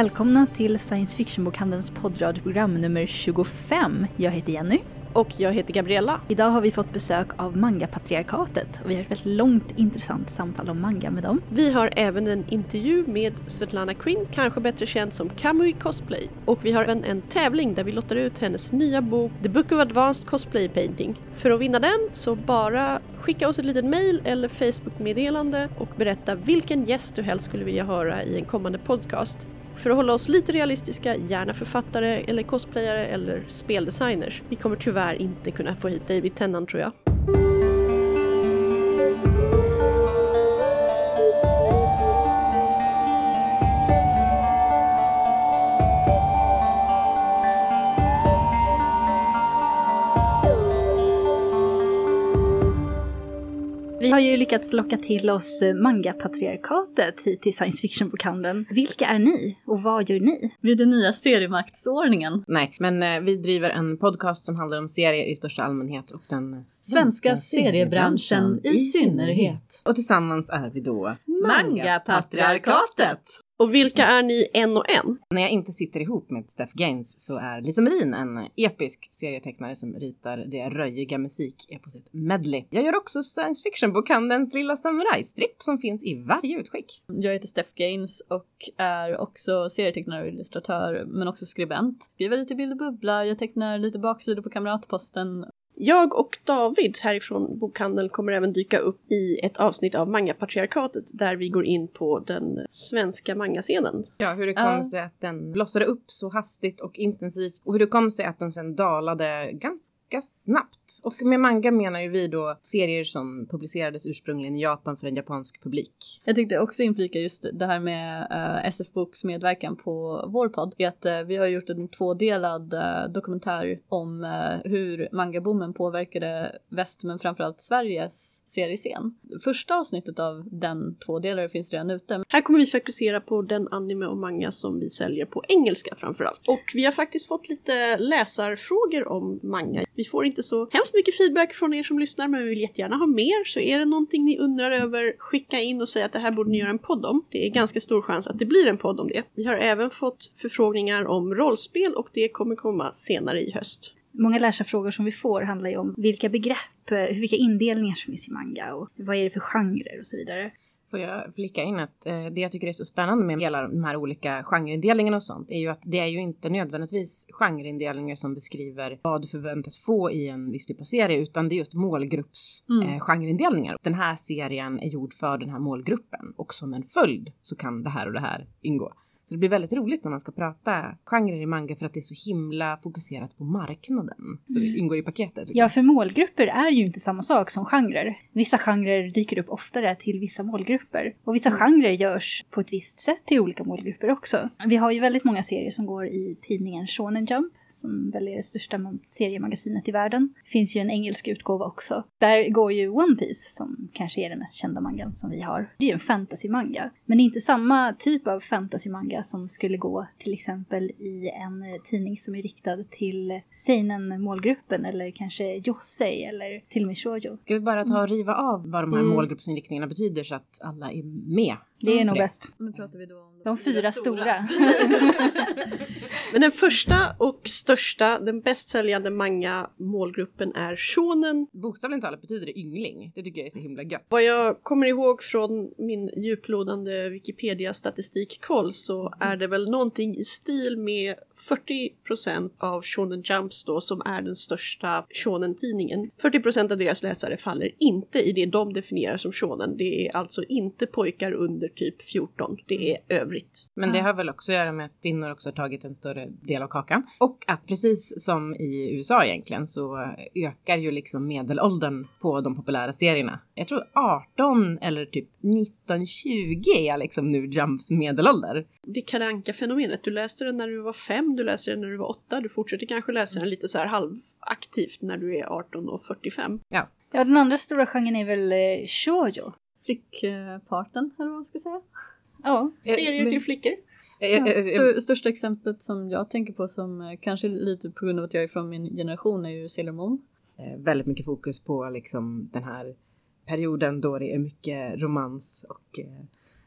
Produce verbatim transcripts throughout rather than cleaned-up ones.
Välkomna till Science Fiction-bokhandelns poddradioprogram nummer tjugofem. Jag heter Jenny. Och jag heter Gabriella. Idag har vi fått besök av Manga-patriarkatet och vi har ett väldigt långt intressant samtal om manga med dem. Vi har även en intervju med Svetlana Quinn, kanske bättre känd som Kamui Cosplay. Och vi har även en tävling där vi lottar ut hennes nya bok The Book of Advanced Cosplay Painting. För att vinna den så bara skicka oss ett litet mail eller Facebook-meddelande och berätta vilken gäst du helst skulle vilja höra i en kommande podcast. För att hålla oss lite realistiska, gärna författare eller cosplayare eller speldesigners. Vi kommer tyvärr inte kunna få hit David Tennant, tror jag. Vi har ju lyckats locka till oss Manga-patriarkatet hit till Science Fiction-bokhandeln. Vilka är ni och vad gör ni? Vi är den nya seriemaktsordningen. Nej, men eh, vi driver en podcast som handlar om serier i största allmänhet och den svenska seriebranschen i synnerhet. Och tillsammans är vi då Manga-patriarkatet. Och vilka är ni en och en? När jag inte sitter ihop med Steph Gaines så är Lisa Marin en episk serietecknare som ritar det röjiga musikeposet Medley. Jag gör också Science Fiction-bokhandelns lilla samurajstripp som finns i varje utskick. Jag heter Steph Gaines och är också serietecknare och illustratör men också skribent. Jag skriver lite bild och bubbla, jag tecknar lite baksidor på Kamratposten. Jag och David härifrån bokhandeln kommer även dyka upp i ett avsnitt av Manga-patriarkatet där vi går in på den svenska mangascenen. Ja, hur det kom sig att den blossade upp så hastigt och intensivt och hur det kom sig att den sen dalade ganska snabbt. Och med manga menar ju vi då serier som publicerades ursprungligen i Japan för en japansk publik. Jag tänkte också inflika just det här med uh, S F-boks medverkan på vår podd. I att uh, vi har gjort en tvådelad uh, dokumentär om uh, hur mangaboomen påverkade väst men framförallt Sveriges seriescen. Första avsnittet av den tvådelare finns redan ute. Här kommer vi fokusera på den anime och manga som vi säljer på engelska framförallt. Och vi har faktiskt fått lite läsarfrågor om manga. Vi får inte så hemskt mycket feedback från er som lyssnar, men vi vill jättegärna ha mer. Så är det någonting ni undrar över, skicka in och säga att det här borde ni göra en podd om. Det är ganska stor chans att det blir en podd om det. Vi har även fått förfrågningar om rollspel och det kommer komma senare i höst. Många läsarfrågor som vi får handlar ju om vilka begrepp, vilka indelningar som finns i manga och vad är det för genrer och så vidare. Får jag flika in att eh, det jag tycker är så spännande med hela de här olika genreindelningarna och sånt är ju att det är ju inte nödvändigtvis genreindelningar som beskriver vad du förväntas få i en viss typ av serie, utan det är just målgrupps mm. eh, genreindelningar. Den här serien är gjord för den här målgruppen och som en följd så kan det här och det här ingå. Så det blir väldigt roligt när man ska prata genrer i manga för att det är så himla fokuserat på marknaden. Så det ingår i paketet. Liksom. Ja, för målgrupper är ju inte samma sak som genrer. Vissa genrer dyker upp oftare till vissa målgrupper. Och vissa mm. genrer görs på ett visst sätt till olika målgrupper också. Vi har ju väldigt många serier som går i tidningen Shonen Jump, som väl är det största seriemagasinet i världen. Det finns ju en engelsk utgåva också. Där går ju One Piece, som kanske är den mest kända mangan som vi har. Det är ju en fantasy-manga. Men det är inte samma typ av fantasy-manga som skulle gå till exempel i en tidning som är riktad till seinen-målgruppen eller kanske Josei eller till och med shoujo. Ska vi bara ta och riva av vad de här mm. målgruppsinriktningarna betyder så att alla är med? Det är mm. nog bäst. Nu pratar vi då om de, de fyra, fyra stora. stora. Men den första och största, den bäst säljande manga-målgruppen är shonen. Bokstavligt talat betyder det yngling. Det tycker jag är så himla gött. Vad jag kommer ihåg från min djuplodande Wikipedia-statistikkoll så är det väl någonting i stil med fyrtio procent av Shonen Jumps då som är den största shonen-tidningen. fyrtio procent av deras läsare faller inte i det de definierar som shonen. Det är alltså inte pojkar under typ fjorton. Det är övrigt. Men det har väl också att göra med att kvinnor också har tagit en större del av kakan. Och att precis som i U S A egentligen så ökar ju liksom medelåldern på de populära serierna. Jag tror arton eller typ nitton tjugo är liksom nu Jumps medelålder. Det Kalle Anka-fenomenet. Du läste den när du var fem, du läste den när du var åtta. Du fortsätter kanske läsa den lite så här halvaktivt när du är arton och fyrtiofem. Ja. Ja, den andra stora genren är väl eh, shoujo. Flickparten, eller vad man ska säga. Ja, serier men, till flickor. Ja, stör, största exemplet som jag tänker på som kanske lite på grund av att jag är från min generation är ju Sailor Moon. Eh, väldigt mycket fokus på liksom den här perioden då det är mycket romans och eh,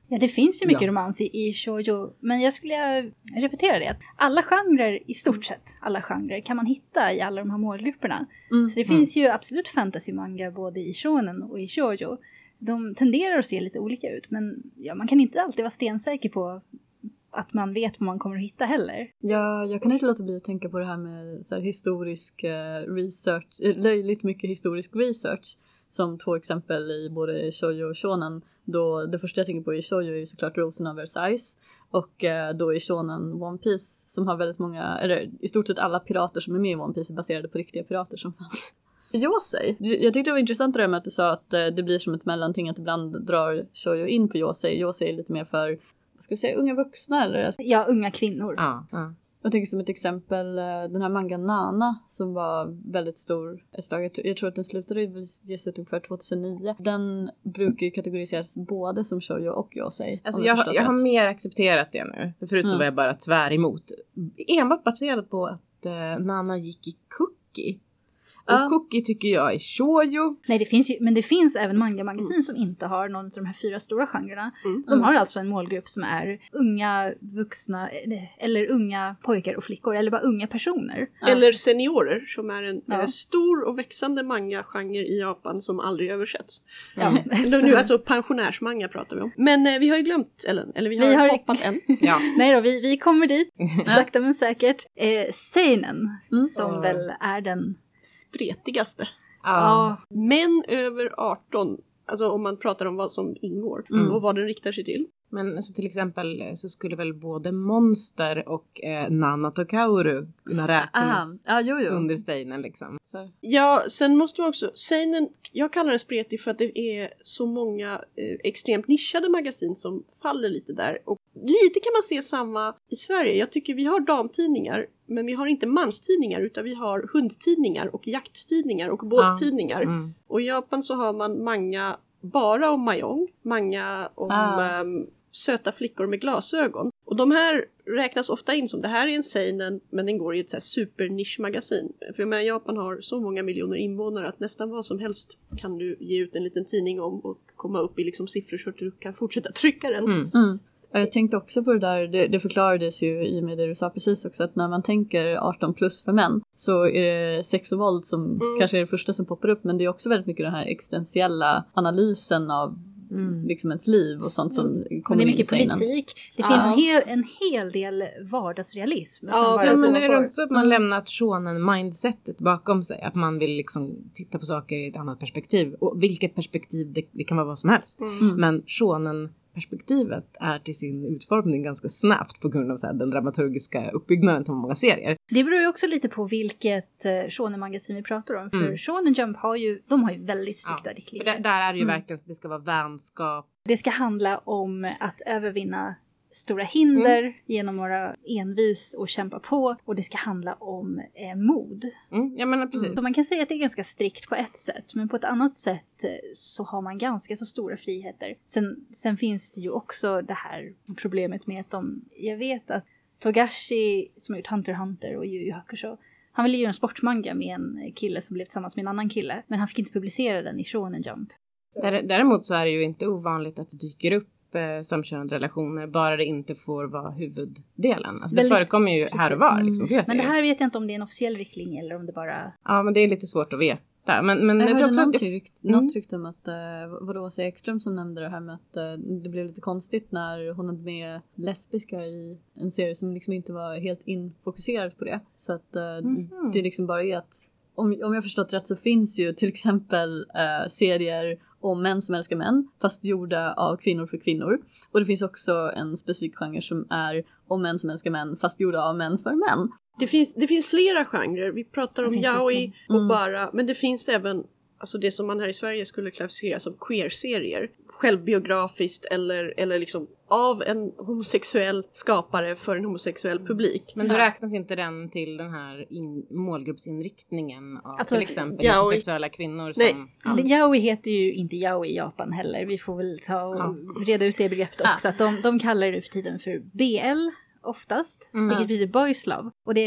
Ja, det finns ju mycket Ja. romans i, i shoujo, men jag skulle repetera det. Alla genrer, i stort sett alla genrer, kan man hitta i alla de här målgrupperna. Mm. Så det finns ju absolut fantasy-manga både i shonen och i shoujo. De tenderar att se lite olika ut, men ja, man kan inte alltid vara stensäker på att man vet vad man kommer att hitta heller. Ja, jag kan inte låta bli att tänka på det här med så här historisk eh, research, eh, löjligt mycket historisk research. Som två exempel i både shoujo och shonen. Då det första jag tänker på i shoujo är såklart Rosen av Versailles. Och eh, då i shonen One Piece som har väldigt många, eller i stort sett alla pirater som är med i One Piece är baserade på riktiga pirater som fanns. Yosei. Jag tyckte det var intressant det där med att du sa att eh, det blir som ett mellanting, att ibland drar shoujo in på Yosei. Yosei är lite mer för, vad ska vi säga, unga vuxna eller? Ja, unga kvinnor. Ja, ja. Jag tänker som ett exempel den här mangan Nana som var väldigt stor ett tag. Jag tror att den slutade ges ut ungefär tjugohundranio. Den brukar ju kategoriseras både som shoujo och yosei. Alltså jag, jag, jag har mer accepterat det nu. För förut så Mm. var jag bara tvär emot. Enbart baserat på att eh, Nana gick i Cookie. Och Ja. Cookie tycker jag är shoujo. Nej, det finns ju, men det finns även manga-magasin mm. som inte har någon av de här fyra stora genrerna. Mm. De har alltså en målgrupp som är unga vuxna, eller unga pojkar och flickor, eller bara unga personer. Ja. Eller seniorer, som är en Ja. eh, stor och växande manga-genre i Japan som aldrig översätts. Ja. Nu, nu, alltså pensionärsmanga pratar vi om. Men eh, vi har ju glömt, Ellen, eller vi har, Vi har- hoppat en. Ja. Nej då, vi, vi kommer dit, sakta men säkert. Eh, seinen, Mm. som Ja. väl är den... Spretigaste. Ja. Män över arton, alltså om man pratar om vad som ingår Mm. och vad den riktar sig till. Men alltså, till exempel så skulle väl både Monster och eh, Nana Tokauru kunna räknas Ah, jo, jo. under seinen liksom. Ja, sen måste man också, seinen, jag kallar den spretig för att det är så många eh, extremt nischade magasin som faller lite där. Och lite kan man se samma i Sverige. Jag tycker vi har damtidningar, men vi har inte manstidningar, utan vi har hundtidningar och jakttidningar och båttidningar. Mm. Och i Japan så har man manga bara om mahjong, manga om Ah. ehm, söta flickor med glasögon. Och de här räknas ofta in som, det här är en seinen, men den går i ett så här supernischmagasin. För med Japan har så många miljoner invånare att nästan vad som helst kan du ge ut en liten tidning om och komma upp i liksom siffror så att du kan fortsätta trycka den. Mm. Mm. Jag tänkte också på det där, det, det förklarades ju i och med det du sa precis också, att när man tänker arton plus för män så är det sex och våld som Mm. kanske är det första som poppar upp, men det är också väldigt mycket den här existentiella analysen av Mm. liksom ens liv och sånt som Men kommer det är in i mycket seinen. politik. Det Ja. finns en hel, en hel del vardagsrealism. Ja, som bara Ja, men pågår. är det också att man lämnat shonen mindsetet bakom sig? Att man vill liksom titta på saker i ett annat perspektiv. Och vilket perspektiv, det, det kan vara vad som helst. Mm. Men shonen perspektivet är till sin utformning ganska snabbt på grund av så här, den dramaturgiska uppbyggnaden till många serier. Det beror ju också lite på vilket eh, shonen-magasin vi pratar om. För Mm. Shonen Jump har ju, de har ju väldigt strikta För riktlinjer. där, där är det ju Mm. verkligen att det ska vara vänskap. Det ska handla om att övervinna stora hinder Mm. genom att vara envis och kämpa på. Och det ska handla om eh, mod. Mm, jag menar precis. Så man kan säga att det är ganska strikt på ett sätt. Men på ett annat sätt eh, så har man ganska så stora friheter. Sen, sen finns det ju också det här problemet med att de... Jag vet att Togashi som har gjort Hunter x Hunter och Yu Yu Hakusho, han ville göra en sportmanga med en kille som blev tillsammans med en annan kille. Men han fick inte publicera den i Shonen Jump. Där, däremot så är det ju inte ovanligt att det dyker upp eh, samkönade relationer, bara det inte får vara huvuddelen. Alltså det Väldigt- förekommer ju här och var. Liksom, flera Men det serier. här vet jag inte om det är en officiell riktlinje eller om det bara... Ja, men det är lite svårt att veta. Men, men Jag jag tror hörde också något, att... rykt, Mm. något rykte om att, uh, var det Åsa Ekström som nämnde det här med att uh, det blev lite konstigt när hon hade med lesbiska i en serie som liksom inte var helt infokuserad på det. Så att uh, Mhm. det liksom bara är att, om, om jag förstått rätt så finns ju till exempel uh, serier om män som älskar män, fast gjorda av kvinnor för kvinnor. Och det finns också en specifik genre som är om män som älskar män, fast gjorda av män för män. Det finns, det finns flera genrer. Vi pratar Det om finns yaoi verkligen. och Mm. bara, men det finns även alltså det som man här i Sverige skulle klassificera som queer-serier. Självbiografiskt eller, eller liksom av en homosexuell skapare för en homosexuell publik. Men då Ja. räknas inte den till den här in, målgruppsinriktningen av Alltså, till exempel ja, och- homosexuella kvinnor Nej. som... Ja. Yaoi heter ju inte yaoi i Japan heller. Vi får väl ta och Ja. reda ut det begreppet Ah. också. Att de, de kallar det nu för tiden för B L oftast. Mm. Vilket betyder boys love. Och det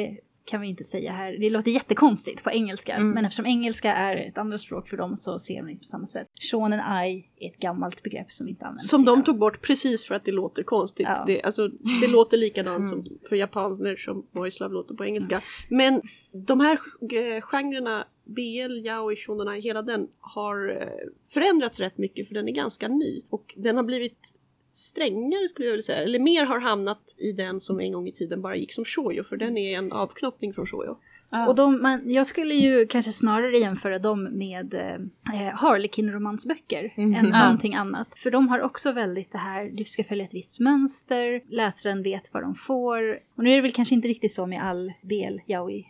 kan vi inte säga här. Det låter jättekonstigt på engelska. Mm. Men eftersom engelska är ett andra språk för dem så ser de det på samma sätt. Shonen ai är ett gammalt begrepp som inte används. Som de idag. tog bort precis för att det låter konstigt. Ja. Det, alltså, det låter likadant Mm. som för japaner som Boys Love låter på engelska. Men de här eh, genrerna, B L, yaoi, shonen ai, hela den har eh, förändrats rätt mycket för den är ganska ny. Och den har blivit strängare skulle jag vilja säga. Eller mer har hamnat i den som en gång i tiden bara gick som shoujo. För den är en avknoppning från shoujo. Ah. Och de, man, jag skulle ju kanske snarare jämföra dem med eh, Harlequin-romansböcker Mm. än Ah. någonting annat. För de har också väldigt det här, du ska följa ett visst mönster, läsaren vet vad de får. Och nu är det väl kanske inte riktigt så med all B L, yaoi,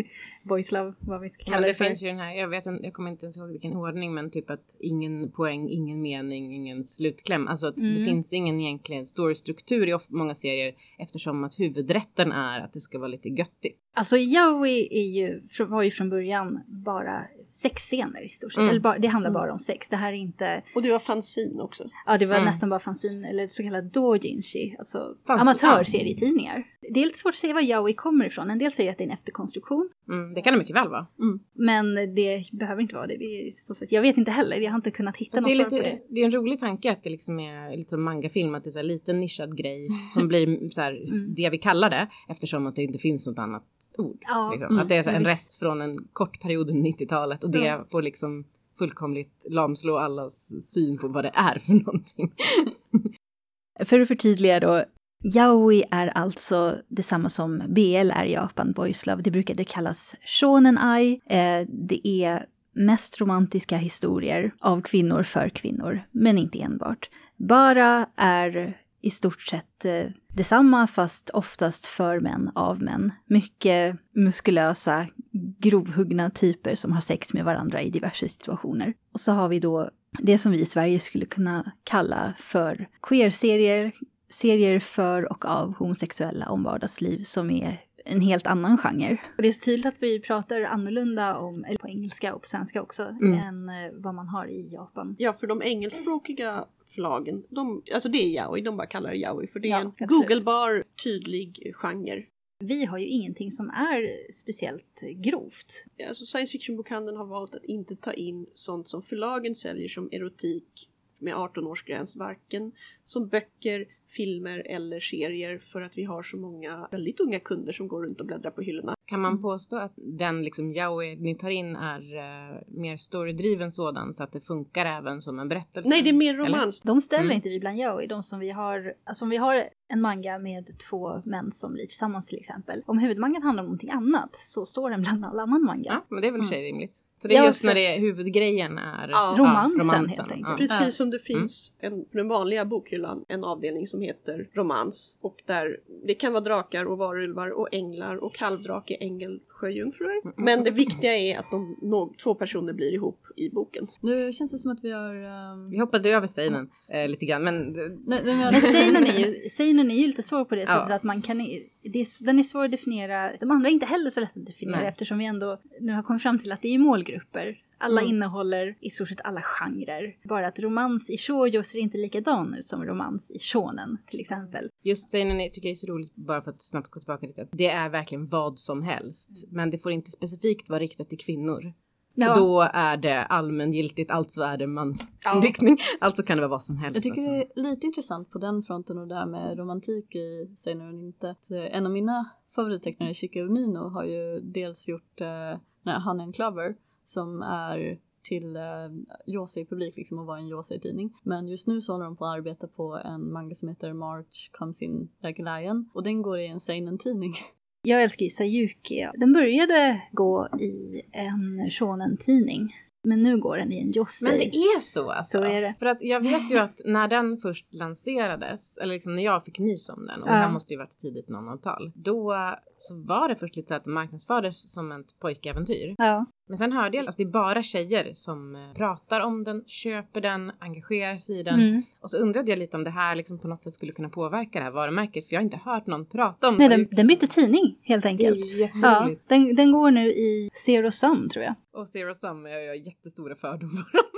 boys love, vad vi ska kalla Ja, det, det för. finns ju den här, jag vet inte, jag kommer inte ens ihåg vilken ordning, men typ att ingen poäng, ingen mening, ingen slutkläm. Alltså att Mm. det finns ingen egentligen storystruktur i of- många serier eftersom att huvudrätten är att det ska vara lite göttigt. Alltså yaoi är ju, var ju från början bara sexscener i stort sett. Mm. Eller bara, det handlar bara om sex. Det här är inte, Och det var fanzine också. ja det var Mm. nästan bara fanzine eller så kallad doujinshi. Alltså Fanzine, amatörserietidningar. Det är lite svårt att säga var yaoi kommer ifrån. En del säger att det är en efterkonstruktion. Mm, det kan det mycket väl vara. Men det behöver inte vara det. det är i stort sett, jag vet inte heller. Jag har inte kunnat hitta Fast något det, är svar på lite, det. det är en rolig tanke att det liksom är lite som mangafilm, att det är så här liten nischad grej som blir så här, Mm. det vi kallar det, eftersom att det inte finns något annat ord. Ja, Liksom. mm, Att det är så här en visst. rest från en kort period under nittiotalet och det Ja. får liksom fullkomligt lamslå allas syn på vad det är för någonting. För att förtydliga då. Yaoi är alltså detsamma som B L är i Japan, boys love. Det brukade kallas shonen ai. Eh, det är mest romantiska historier av kvinnor för kvinnor, men inte enbart. Bara är i stort sett eh, detsamma, fast oftast för män av män. Mycket muskulösa, grovhuggna typer som har sex med varandra i diverse situationer. Och så har vi då det som vi i Sverige skulle kunna kalla för queer-serier, serier för och av homosexuella om vardagsliv, som är en helt annan genre. Och det är så tydligt att vi pratar annorlunda om, eller på engelska och på svenska också, Mm. än eh, vad man har i Japan. Ja, för de engelskspråkiga förlagen, de, alltså det är yaoi, de bara kallar det yaoi. För det är Ja, en absolut. googlebar, tydlig genre. Vi har ju ingenting som är speciellt grovt. Alltså science fiction-bokhandeln har valt att inte ta in sånt som förlagen säljer som erotik med arton-årsgräns, varken som böcker, filmer eller serier, för att vi har så många väldigt unga kunder som går runt och bläddrar på hyllorna. Kan man påstå att den liksom yaoi ni tar in är uh, mer storydriven sådan så att det funkar även som en berättelse? Nej, det är mer Eller? romans. De ställer Mm. inte vi bland yaoi, de som vi har, alltså om vi har en manga med två män som blir tillsammans till exempel. Om huvudmangan handlar om någonting annat så står den bland all annan manga. Ja, men det är väl Mm. för sig rimligt. Så det är Ja, just för när att- det är huvudgrejen är Ja. Romansen, helt enkelt. Precis Ja. som det finns en, på den vanliga bokhyllan en avdelning som heter romans. Och där det kan vara drakar och varulvar och änglar och halvdrake, ängel, sjöjungfrur. Men det viktiga är att de, no, två personer blir ihop i boken. Nu känns det som att vi har... Um... Vi hoppade över seinen eh, lite grann, men Nej, nej, men Men seinen är ju, seinen är ju lite svår på det sättet Ja. att man kan, det är, den är svår att definiera. De andra är inte heller så lätt att definiera, Nej. eftersom vi ändå nu har kommit fram till att det är målgrupper. Alla Mm. innehåller i stort sett alla genrer. Bara att romans i shoujo ser inte likadan ut som romans i shonen till exempel. just seinen är- tycker jag är så roligt, bara för att snabbt gå tillbaka lite. Att det är verkligen vad som helst, men det får inte specifikt vara riktat till kvinnor. Ja. Och då är det allmängiltigt, alltså är det mansinriktning. Alltså kan det vara vad som helst. Jag tycker nästan. det är lite intressant på den fronten och det här med romantik i Seinen och inte. Att, eh, en av mina favorittecknare, Shika Umino, har ju dels gjort eh, Honey and Clover som är till eh, Yosei-publik liksom och var en Yosei-tidning. Men just nu så håller de på att arbeta på en manga som heter March Comes In Like a Lion och den går i en seinen-tidning. Jag älskar ju Sayuki. Den började gå i en shonen-tidning. Men nu går den i en Yosei. Men det är så alltså. Så är det. För att jag vet ju att när den först lanserades, eller liksom när jag fick nys om den, och Ja. det här måste ju varit tidigt nolltal, då så var det först lite så att det marknadsfördes som ett pojkäventyr. Ja. Men sen hörde jag, alltså det är bara tjejer som eh, pratar om den, köper den, engagerar sig i den. Mm. Och så undrade jag lite om det här liksom på något sätt skulle kunna påverka det här varumärket, för jag har inte hört någon prata om Nej, så. den, den bytte tidning helt Det enkelt. är jätteroligt. Ja, den, den går nu i Zero Sum tror jag. Och Zero Sum är jag jättestora fördomar om.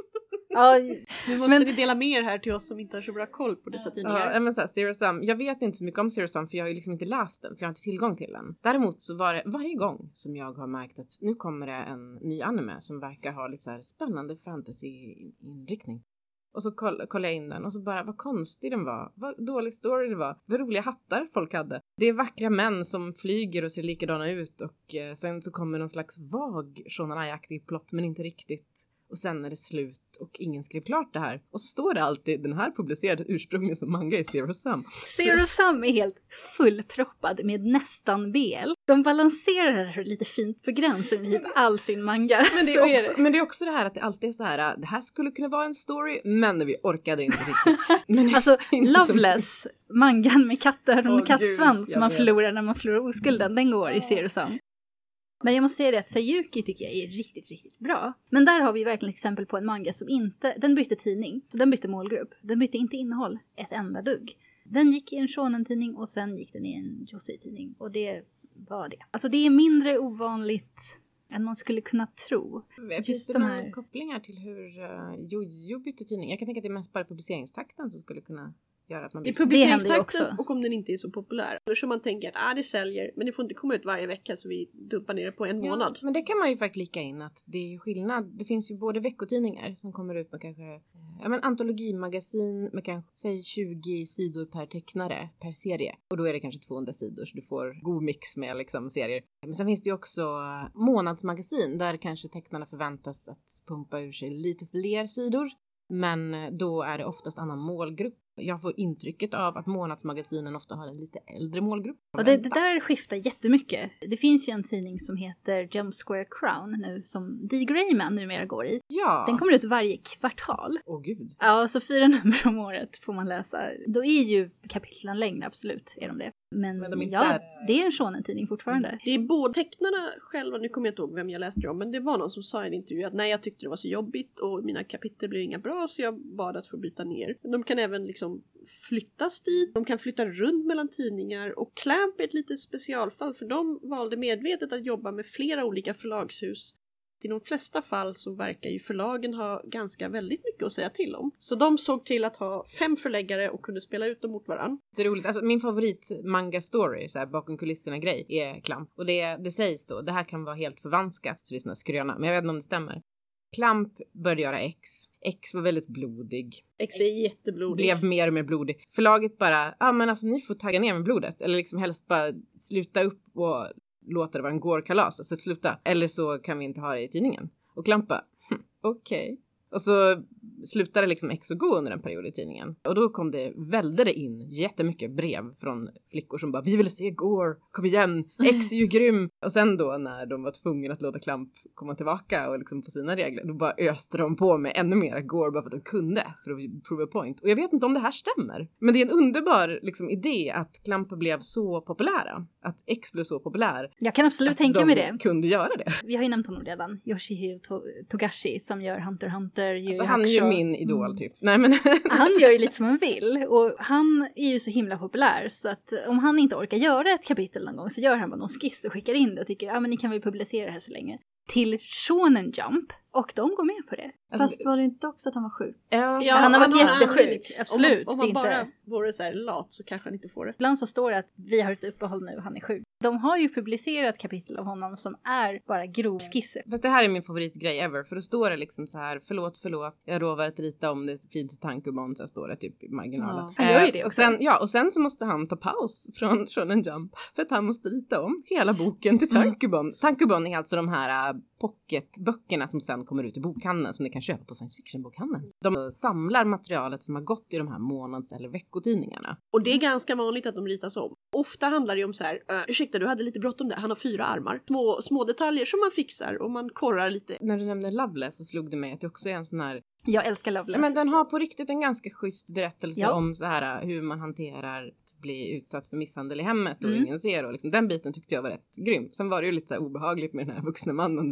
Ja, Nu måste men- ni dela med er här till oss som inte har så bra koll på dessa tidningar. Ja, men så här, Zero Sum. Jag vet inte så mycket om Zero Sum för jag har ju liksom inte läst den. För jag har inte tillgång till den. Däremot så var det varje gång som jag har märkt att nu kommer det en ny anime som verkar ha lite så här spännande fantasy-inriktning. Och så koll, kollade jag in den och så bara, vad konstig den var. Vad dålig story det var. Vad roliga hattar folk hade. Det är vackra män som flyger och ser likadana ut. Och eh, sen så kommer någon slags vag Shonen-aktig plott men inte riktigt. Och sen är det slut och ingen skrev klart det här. Och så står det alltid, den här publicerade ursprungligen som manga i Zero Sum. Zero Sum är helt fullproppad med nästan B L. De balanserar lite fint på gränsen i all sin manga. Men det, Så är också, det. men det är också det här att det alltid är så här, det här skulle kunna vara en story, men vi orkade inte riktigt. Men Alltså, inte så Loveless, mangan med katter och Åh, med kattsvans gud, som jag man vet. förlorar när man förlorar oskulden, den går i Zero Sum. Men jag måste säga det att Sayuki tycker jag är riktigt, riktigt bra. Men där har vi verkligen exempel på en manga som inte, den bytte tidning, så den bytte målgrupp. Den bytte inte innehåll ett enda dugg. Den gick i en shonen-tidning och sen gick den i en josei-tidning. Och det var det. Alltså det är mindre ovanligt än man skulle kunna tro. Finns Just det de några här... kopplingar till hur uh, Jojo bytte tidning? Jag kan tänka att det är mest bara publiceringstakten som skulle kunna göra att man I byter. publiceringstakten också. och om den inte är så populär. Eller så man tänker att ah, det säljer, men det får inte komma ut varje vecka så vi dumpar ner det på en Ja, månad. men det kan man ju faktiskt lika in att det är ju skillnad. Det finns ju både veckotidningar som kommer ut med kanske eh, ja, men antologimagasin med kanske säg tjugo sidor per tecknare per serie. Och då är det kanske tvåhundra sidor så du får god mix med liksom serier. Men sen finns det ju också eh, månadsmagasin där kanske tecknarna förväntas att pumpa ur sig lite fler sidor. Men eh, då är det oftast annan målgrupp. Jag får intrycket av att månadsmagasinen ofta har en lite äldre målgrupp. Och det, det där skiftar jättemycket. Det finns ju en tidning som heter Jump Square Crown nu som Dee Grayman numera går i. Ja. Den kommer ut varje kvartal. Åh gud. Ja, så fyra nummer om året får man läsa. Då är ju kapitlen längre, absolut är de det. Men, Men de är inte ja, så här- det är en shonen-tidning fortfarande. Det är både tecknarna själva, nu kommer jag inte ihåg vem jag läste det om, men det var någon som sa i en intervju att nej, jag tyckte det var så jobbigt och mina kapitel blev inga bra så jag bad att få byta ner. Men de kan även liksom flyttas dit, de kan flytta runt mellan tidningar och Clamp är ett litet specialfall för de valde medvetet att jobba med flera olika förlagshus. I de flesta fall så verkar ju förlagen ha ganska väldigt mycket att säga till om. Så de såg till att ha fem förläggare och kunde spela ut dem mot varandra. Det är roligt. Alltså, min favorit manga story, så här, bakom kulisserna grej, är Clamp. Och det, det sägs då, det här kan vara helt förvanskat, så det är såna skröna, men jag vet inte om det stämmer. Clamp började göra X. X var väldigt blodig. X är jätteblodig. Blev mer och mer blodig. Förlaget bara, ja ah, men alltså ni får tagga ner med blodet. Eller liksom helst bara sluta upp och låta det vara en gårkalas. Alltså sluta. Eller så kan vi inte ha det i tidningen. Och Clamp bara, hm, okej. Okay. Och så slutade liksom X att gå under en period i tidningen. Och då kom det, välde det in jättemycket brev från flickor som bara, vi vill se Gore, kom igen, X är ju grym. Och sen då när de var tvungna att låta Clamp komma tillbaka och liksom på sina regler, då bara öste de på med ännu mer Gore bara för att de kunde, för att prove a point. Och jag vet inte om det här stämmer. Men det är en underbar liksom idé att Clamp blev så populära. Att X blev så populär. Jag kan absolut att tänka de mig det. kunde göra det. Vi har ju nämnt honom redan. Yoshihiro To- Togashi som gör Hunter x Hunter. Yu Yu Alltså han är ju Hakusho. min idol typ. Nej men... Han gör ju lite som han vill och han är ju så himla populär så att om han inte orkar göra ett kapitel någon gång så gör han bara någon skiss och skickar in det och tycker ja ah, men ni kan väl publicera det här så länge. Till Shonen Jump och de går med på det. Alltså, Fast var det inte också att han var sjuk? Ja, Ja, han har varit han- jättesjuk, absolut. Om det är man, om man inte... bara vore så här lat så kanske han inte får det. Ibland så står det att vi har ett uppehåll nu och han är sjuk. De har ju publicerat kapitel av honom som är bara grovskisser. Fast det här är min favoritgrej ever. För då står det liksom så här, förlåt, förlåt. Jag lovar att rita om det fint i tankebond. Så här står det typ i marginalen. Ja, han gör ju Eh, det och också. sen, ja, och sen så måste han ta paus från Shonen Jump. För att han måste rita om hela boken till tankebond. Mm. Tankebond är alltså de här uh, pocketböckerna som sen kommer ut i bokhandeln. Som ni kan köpa på science fiction-bokhandeln. De samlar materialet som har gått i de här månads- eller veckotidningarna. Och det är ganska vanligt att de ritas om. Ofta handlar det om så här, uh, ursäkta du hade lite bråttom där, han har fyra armar. Små, små detaljer som man fixar och man korrar lite. När du nämnde Loveless så slog det mig att det också är en sån här... Jag älskar Loveless. Men den har på riktigt en ganska schysst berättelse Ja. om så här hur man hanterar att bli utsatt för misshandel i hemmet och Mm. ingen ser. Och liksom, den biten tyckte jag var rätt grym. Sen var det ju lite så här obehagligt med den här vuxna mannen då.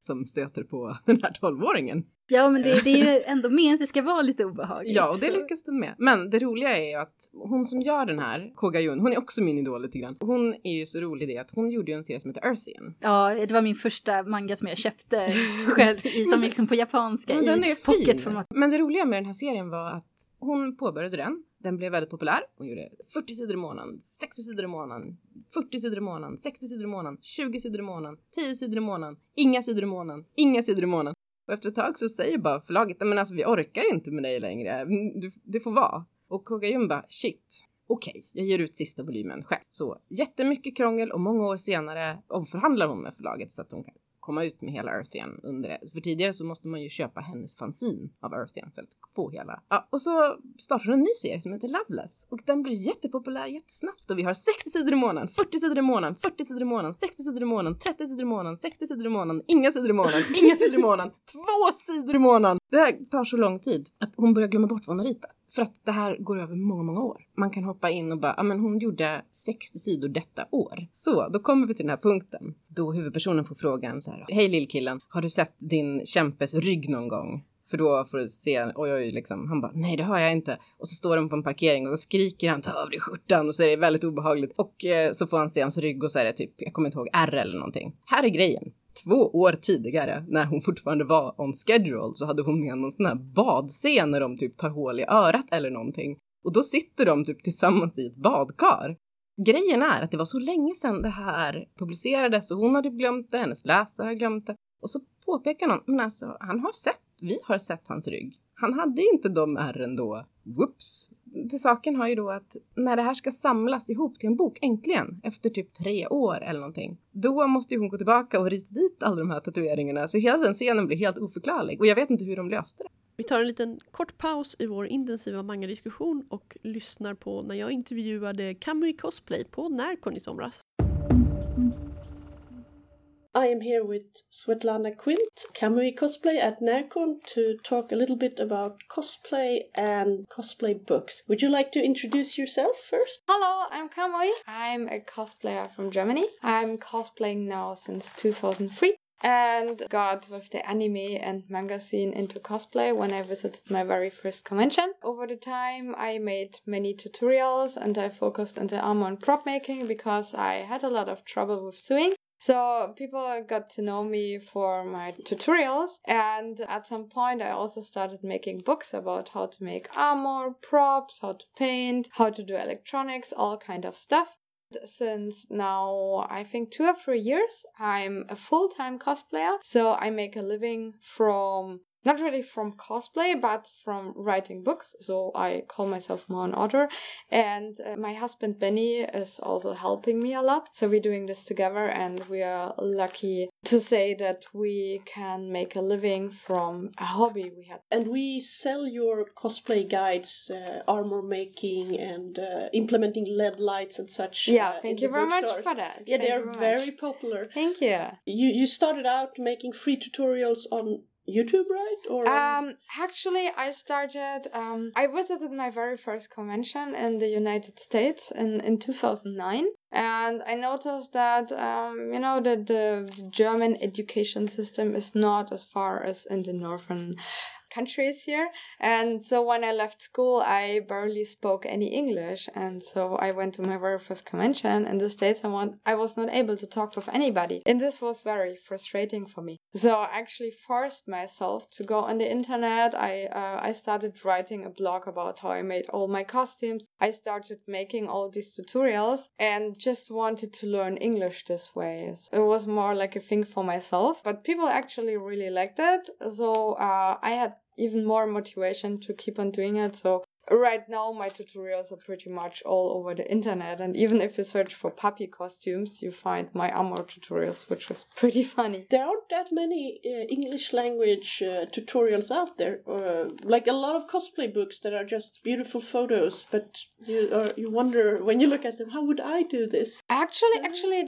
som stöter på den här tolvåringen. Ja, men det, det är ju ändå med att det ska vara lite obehagligt. Ja, och det lyckas den med. Men det roliga är ju att hon som gör den här, Ko Ga-Yoon, hon är också min idol lite grann. Hon är ju så rolig det att hon gjorde ju en serie som heter Earthian. Ja, det var min första manga som jag köpte själv, i, som liksom på japanska, men den i pocketformat. Men det roliga med den här serien var att hon påbörjade den. Den blev väldigt populär. Hon gjorde fyrtio sidor i månaden, sextio sidor i månaden, fyrtio sidor i månaden, sextio sidor i månaden, tjugo sidor i månaden, tio sidor i månaden, inga sidor i månaden, inga sidor i månaden. Och efter ett tag så säger bara förlaget, men alltså vi orkar inte med dig längre, du, det får vara. Och Ko Ga-Yoon bara, shit, okej, okay, jag ger ut sista volymen själv. Så jättemycket krångel och många år senare omförhandlar hon med förlaget så att hon kan komma ut med hela Earthian under det. För tidigare så måste man ju köpa hennes fanzine av Earthian för att få hela. Ja, och så startar en ny serie som heter Loveless. Och den blir jättepopulär jättesnabbt. Och vi har sextio sidor i månaden, fyrtio sidor i månaden, fyrtio sidor i månaden, sextio sidor i månaden, trettio sidor i månaden, sextio sidor i månaden, inga sidor i månaden, inga sidor i månaden, två sidor i månaden. Det här tar så lång tid att hon börjar glömma bort vad hon har ritat. För att det här går över många, många år. Man kan hoppa in och bara, ja men hon gjorde sextio sidor detta år. Så, då kommer vi till den här punkten. Då huvudpersonen får frågan så här. Hej lillkillen, har du sett din kämpes rygg någon gång? För då får du se, oj oj liksom. Han bara, nej det har jag inte. Och så står de på en parkering och så skriker han, ta av dig skjortan. Och så är det väldigt obehagligt. Och eh, så får han se hans rygg och så är det typ, jag kommer inte ihåg, R eller någonting. Här är grejen. Två år tidigare, när hon fortfarande var on schedule, så hade hon med någon sån här badscen när de typ tar hål i örat eller någonting. Och då sitter de typ tillsammans i ett badkar. Grejen är att det var så länge sedan det här publicerades och hon hade glömt det, hennes läsare hade glömt det. Och så påpekar någon, men alltså han har sett, vi har sett hans rygg. Han hade inte de ärren då. Whoops. Till saken har ju då att när det här ska samlas ihop till en bok, äntligen, efter typ tre år eller någonting, då måste ju hon gå tillbaka och rita dit alla de här tatueringarna. Så hela den scenen blir helt oförklarlig. Och jag vet inte hur de löste det. Vi tar en liten kort paus i vår intensiva manga-diskussion och lyssnar på när jag intervjuade Kamui Cosplay på Närcon i somras. I am here with Svetlana Quint, Kamui Cosplay at Närcon, to talk a little bit about cosplay and cosplay books. Would you like to introduce yourself first? Hello, I'm Kamui. I'm a cosplayer from Germany. I'm cosplaying now since two thousand three. And got with the anime and manga scene into cosplay when I visited my very first convention. Over the time I made many tutorials and I focused on the armor and prop making because I had a lot of trouble with sewing. So people got to know me for my tutorials, and at some point I also started making books about how to make armor, props, how to paint, how to do electronics, all kind of stuff. Since now, I think two or three years, I'm a full-time cosplayer, so I make a living from, not really from cosplay, but from writing books, so I call myself more an author, and uh, my husband Benny is also helping me a lot, so we're doing this together, and we are lucky to say that we can make a living from a hobby we had. And we sell your cosplay guides, uh, armor making and uh, implementing L E D lights and such. Yeah, uh, thank you very much stores. for that. Yeah, thank they are very much. popular. Thank you. You you started out making free tutorials on YouTube, right? Or um actually I started um I visited my very first convention in the United States in in two thousand nine, and I noticed that um you know that the, the German education system is not as far as in the northern countries here, and so when I left school I barely spoke any English, and so I went to my very first convention in the States and want, I was not able to talk with anybody, and this was very frustrating for me. So I actually forced myself to go on the internet. I uh, I started writing a blog about how I made all my costumes. I started making all these tutorials and just wanted to learn English this way. It was more like a thing for myself, but people actually really liked it, so uh, I had even more motivation to keep on doing it. So right now my tutorials are pretty much all over the internet, and even if you search for puppy costumes you find my armor tutorials, which was pretty funny. There aren't that many uh, English language uh, tutorials out there, uh, like a lot of cosplay books that are just beautiful photos, but you uh, you wonder when you look at them, how would I do this? Actually, actually there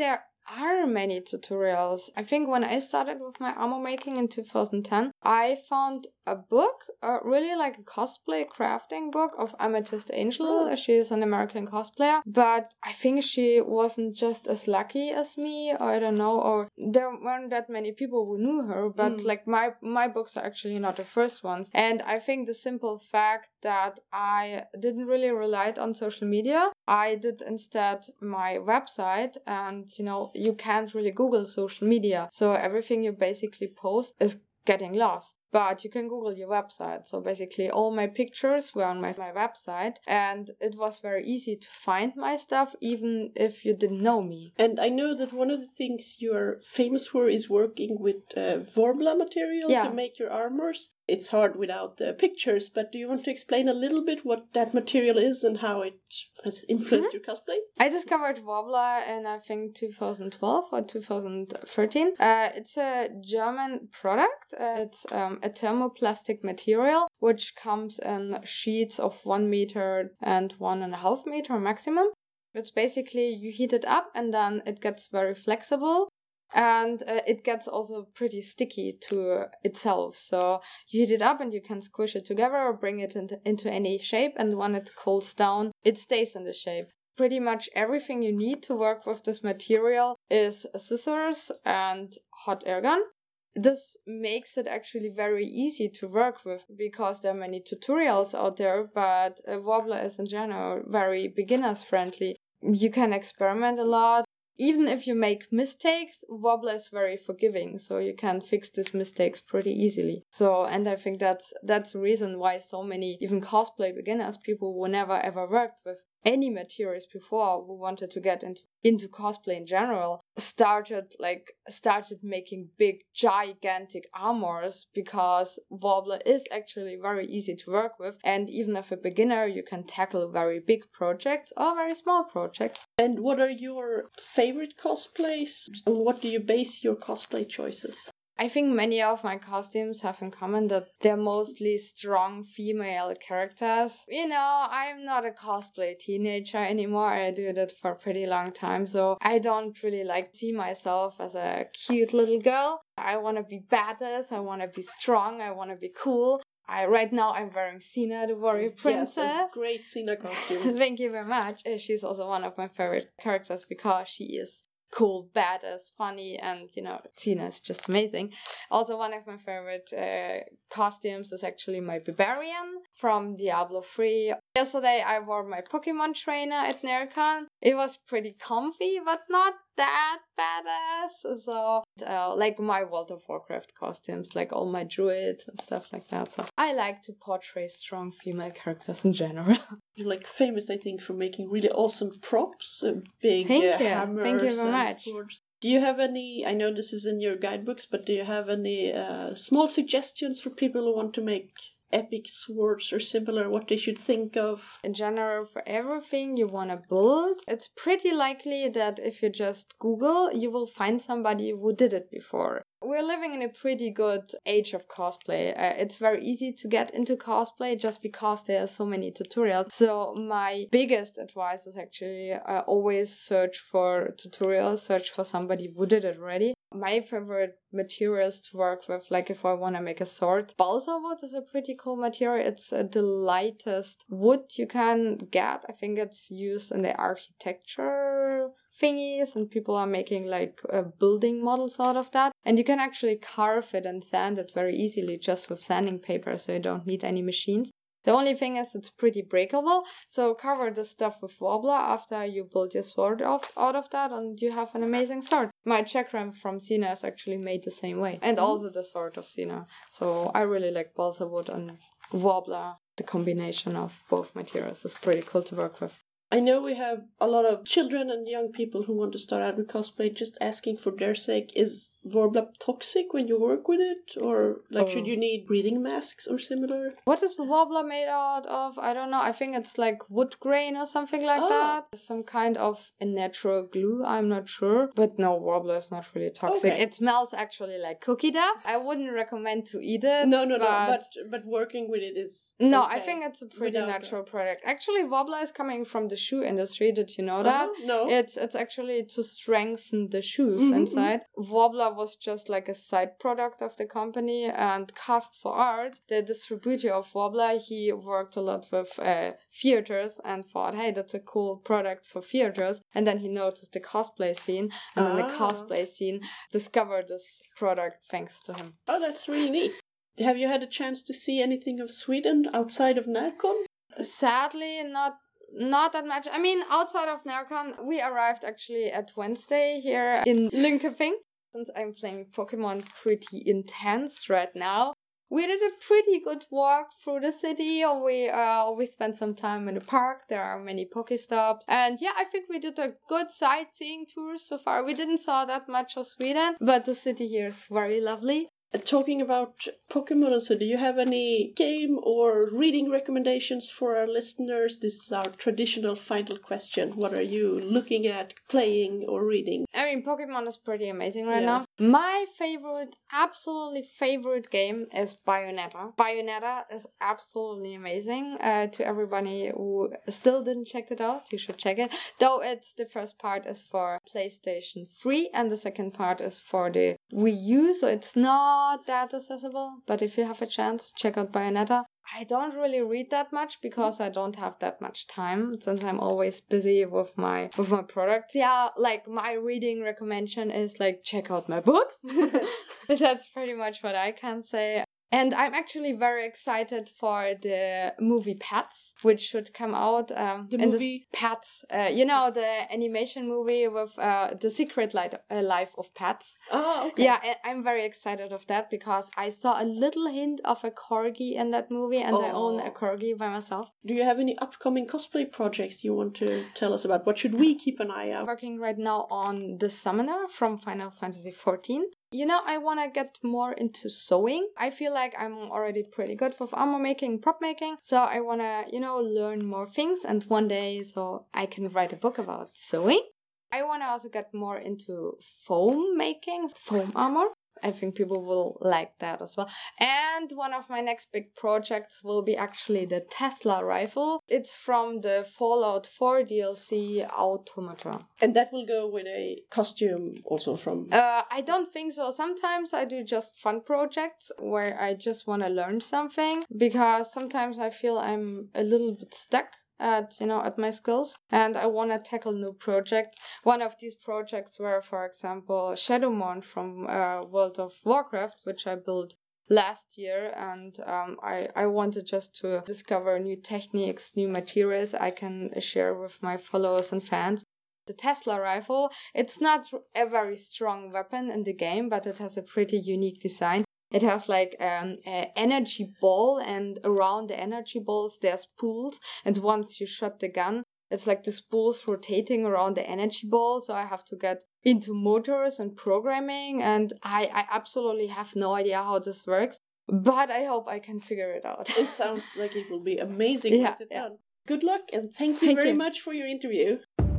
are many tutorials. I think when I started with my armor making in two thousand ten, I found a book, uh, really like a cosplay crafting book of Amethyst Angel. Oh. She is an American cosplayer, but I think she wasn't just as lucky as me, or I don't know, or there weren't that many people who knew her, but mm. like my, my books are actually not the first ones. And I think the simple fact that I didn't really rely on social media, I did instead my website, and you know, you can't really Google social media. So everything you basically post is getting lost. But you can Google your website. So basically all my pictures were on my, my website, and it was very easy to find my stuff even if you didn't know me. And I know that one of the things you're famous for is working with uh, Worbla material yeah. to make your armors. It's hard without the pictures, but do you want to explain a little bit what that material is and how it has influenced mm-hmm. your cosplay? I discovered Worbla in, I think, two thousand twelve or two thousand thirteen. Uh, it's a German product. Uh, it's um, a thermoplastic material, which comes in sheets of one meter and one and a half meter maximum. It's basically, you heat it up and then it gets very flexible. And uh, it gets also pretty sticky to itself. So you heat it up and you can squish it together or bring it into, into any shape. And when it cools down, it stays in the shape. Pretty much everything you need to work with this material is scissors and hot air gun. This makes it actually very easy to work with because there are many tutorials out there, but uh, Worbla is in general very beginners friendly. You can experiment a lot. Even if you make mistakes, Worbla is very forgiving, so you can fix these mistakes pretty easily. So, and I think that's that's the reason why so many, even cosplay beginners, people who never ever worked with any materials before, who wanted to get into into cosplay in general, started like started making big gigantic armors, because Worbla is actually very easy to work with, and even if a beginner, you can tackle very big projects or very small projects. And what are your favorite cosplays? On what do you base your cosplay choices? I think many of my costumes have in common that they're mostly strong female characters. You know, I'm not a cosplay teenager anymore. I did it for a pretty long time, so I don't really like see myself as a cute little girl. I want to be badass, I want to be strong, I want to be cool. I right now I'm wearing Sina, the warrior princess. Yes, a great Sina costume. Thank you very much. She's also one of my favorite characters because she is cool, badass, funny, and you know, Tina is just amazing. Also, one of my favorite uh, costumes is actually my Barbarian from Diablo three. Yesterday I wore my Pokemon trainer at NerdCon. It was pretty comfy, but not that badass. So, uh, like my World of Warcraft costumes, like all my druids and stuff like that. So, I like to portray strong female characters in general. You're like famous, I think, for making really awesome props, uh, big Thank uh, you. hammers. Thank you very much. Swords. Do you have any, I know this is in your guidebooks, but do you have any uh, small suggestions for people who want to make epic swords or similar, what they should think of? In general, for everything you want to build, it's pretty likely that if you just Google, you will find somebody who did it before. We're living in a pretty good age of cosplay. Uh, it's very easy to get into cosplay just because there are so many tutorials. So my biggest advice is actually uh, always search for tutorials, search for somebody who did it already. My favorite materials to work with, like if I want to make a sword, balsa wood is a pretty cool material. It's uh, the lightest wood you can get. I think it's used in the architecture thingies, and people are making like uh, building models out of that. And you can actually carve it and sand it very easily just with sanding paper, so you don't need any machines. The only thing is it's pretty breakable, so cover the stuff with Worbla after you build your sword off, out of that, and you have an amazing sword. My chakram from Sina is actually made the same way, and also the sword of Sina. So I really like balsa wood and Worbla. The combination of both materials is pretty cool to work with. I know we have a lot of children and young people who want to start out with cosplay, just asking for their sake. Is Worbla toxic when you work with it? Or, like, oh. should you need breathing masks or similar? What is Worbla made out of? I don't know. I think it's like wood grain or something like oh. that. Some kind of a natural glue, I'm not sure. But no, Worbla is not really toxic. Okay. It smells actually like cookie dough. I wouldn't recommend to eat it. No, no, but... no. But, but working with it is No, okay. I think it's a pretty Without natural it. product. Actually, Worbla is coming from the shoe industry. Did you know that? Uh-huh. No. It's it's actually to strengthen the shoes Mm-hmm. inside. Wobbler was just like a side product of the company, and Cast for Art, the distributor of Wobbler, he worked a lot with uh, theaters and thought, hey, that's a cool product for theaters. And then he noticed the cosplay scene, and then the Ah. cosplay scene discovered this product thanks to him. Oh, that's really neat. Have you had a chance to see anything of Sweden outside of Närcon? Sadly, not not that much. I mean, outside of Närcon, we arrived actually at Wednesday here in Linköping. Since I'm playing Pokemon pretty intense right now, we did a pretty good walk through the city. We uh we spent some time in the park. There are many Pokestops, and yeah, I think we did a good sightseeing tour so far. We didn't saw that much of Sweden, but the city here is very lovely. Uh, talking about Pokemon and so, do you have any game or reading recommendations for our listeners? This is our traditional final question. What are you looking at, playing, or reading? I mean, Pokemon is pretty amazing right Yes. now. My favorite, absolutely favorite game is Bayonetta. Bayonetta is absolutely amazing. Uh, to everybody who still didn't check it out, you should check it. Though it's the first part is for PlayStation three and the second part is for the Wii U, so it's not that accessible. But if you have a chance, check out Bayonetta. I don't really read that much because I don't have that much time since I'm always busy with my with my products. Yeah, like my reading recommendation is like check out my books. That's pretty much what I can say. And I'm actually very excited for the movie Pets, which should come out. Um, The in movie? this Pets, uh, you know, the animation movie with uh, the secret light, uh, life of pets. Oh, okay. Yeah, I- I'm very excited of that because I saw a little hint of a corgi in that movie, and I own a Oh. corgi by myself. Do you have any upcoming cosplay projects you want to tell us about? What should we keep an eye I'm out? working right now on the Summoner from Final Fantasy fourteen. You know, I want to get more into sewing. I feel like I'm already pretty good with armor making, prop making. So I want to, you know, learn more things. And one day, so I can write a book about sewing. I want to also get more into foam making, foam armor. I think people will like that as well. And one of my next big projects will be actually the Tesla rifle. It's from the Fallout four D L C Automata. And that will go with a costume also from... Uh, I don't think so. Sometimes I do just fun projects where I just want to learn something because sometimes I feel I'm a little bit stuck at, you know, at my skills and I want to tackle new projects. One of these projects were, for example, Shadowmourne from uh, World of Warcraft, which I built last year, and um, I, I wanted just to discover new techniques, new materials I can share with my followers and fans. The Tesla rifle, it's not a very strong weapon in the game, but it has a pretty unique design. It has like um, an energy ball, and around the energy balls there's pools, and once you shot the gun, it's like the spools rotating around the energy ball, so I have to get into motors and programming, and I, I absolutely have no idea how this works, but I hope I can figure it out. It sounds like it will be amazing Yeah, once it's yeah. done. Good luck, and thank you Thank very you. much for your interview.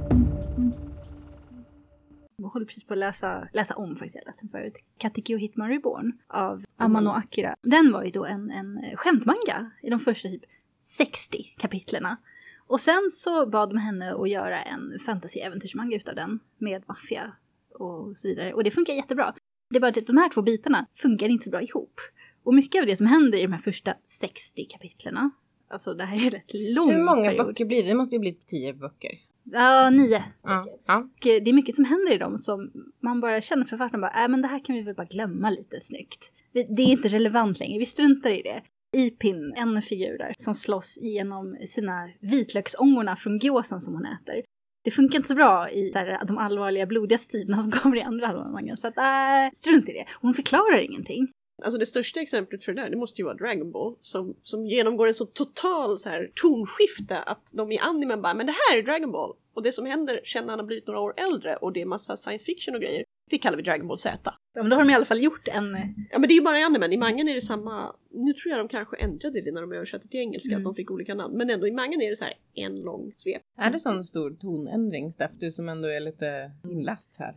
Jag håller precis på att läsa, läsa om faktiskt, jag läste den förut. Katekyo Hitman Reborn av Amano Akira. Den var ju då en, en skämtmanga i de första typ sextio kapitlerna. Och sen så bad de henne att göra en fantasy-äventyrsmanga utav den med maffia och så vidare. Och det funkar jättebra. Det är bara att de här två bitarna funkar inte så bra ihop. Och mycket av det som händer i de här första sextio kapitlerna, alltså det här är rätt lång Hur många period. böcker blir det? Det måste ju bli tio böcker. Ja, nio. Ja, ja. Och det är mycket som händer i dem som man bara känner författaren bara, äh, men det här kan vi väl bara glömma lite snyggt. Det är inte relevant längre, vi struntar i det. Ipin, en figur där, som slåss igenom sina vitlöksångorna från gåsen som hon äter. Det funkar inte så bra i där, de allvarliga blodiga striderna som kommer i andra halvan. Så att, äh, strunt i det. Och hon förklarar ingenting. Alltså det största exemplet för det där, det måste ju vara Dragon Ball, som, som genomgår en så total så här tonskifte att de i animen bara, men det här är Dragon Ball. Och det som händer sen när han har blivit några år äldre och det är massa science fiction och grejer, det kallar vi Dragon Ball Z. Ja, men då har de i alla fall gjort en... Ja, men det är ju bara i animen. I mangan är det samma... Nu tror jag de kanske ändrade det när de översatte till engelska, Mm. att de fick olika namn. Men ändå, i mangan är det så här en lång svep. Är det sån stor tonändring, Steff? Du som ändå är lite inläst här.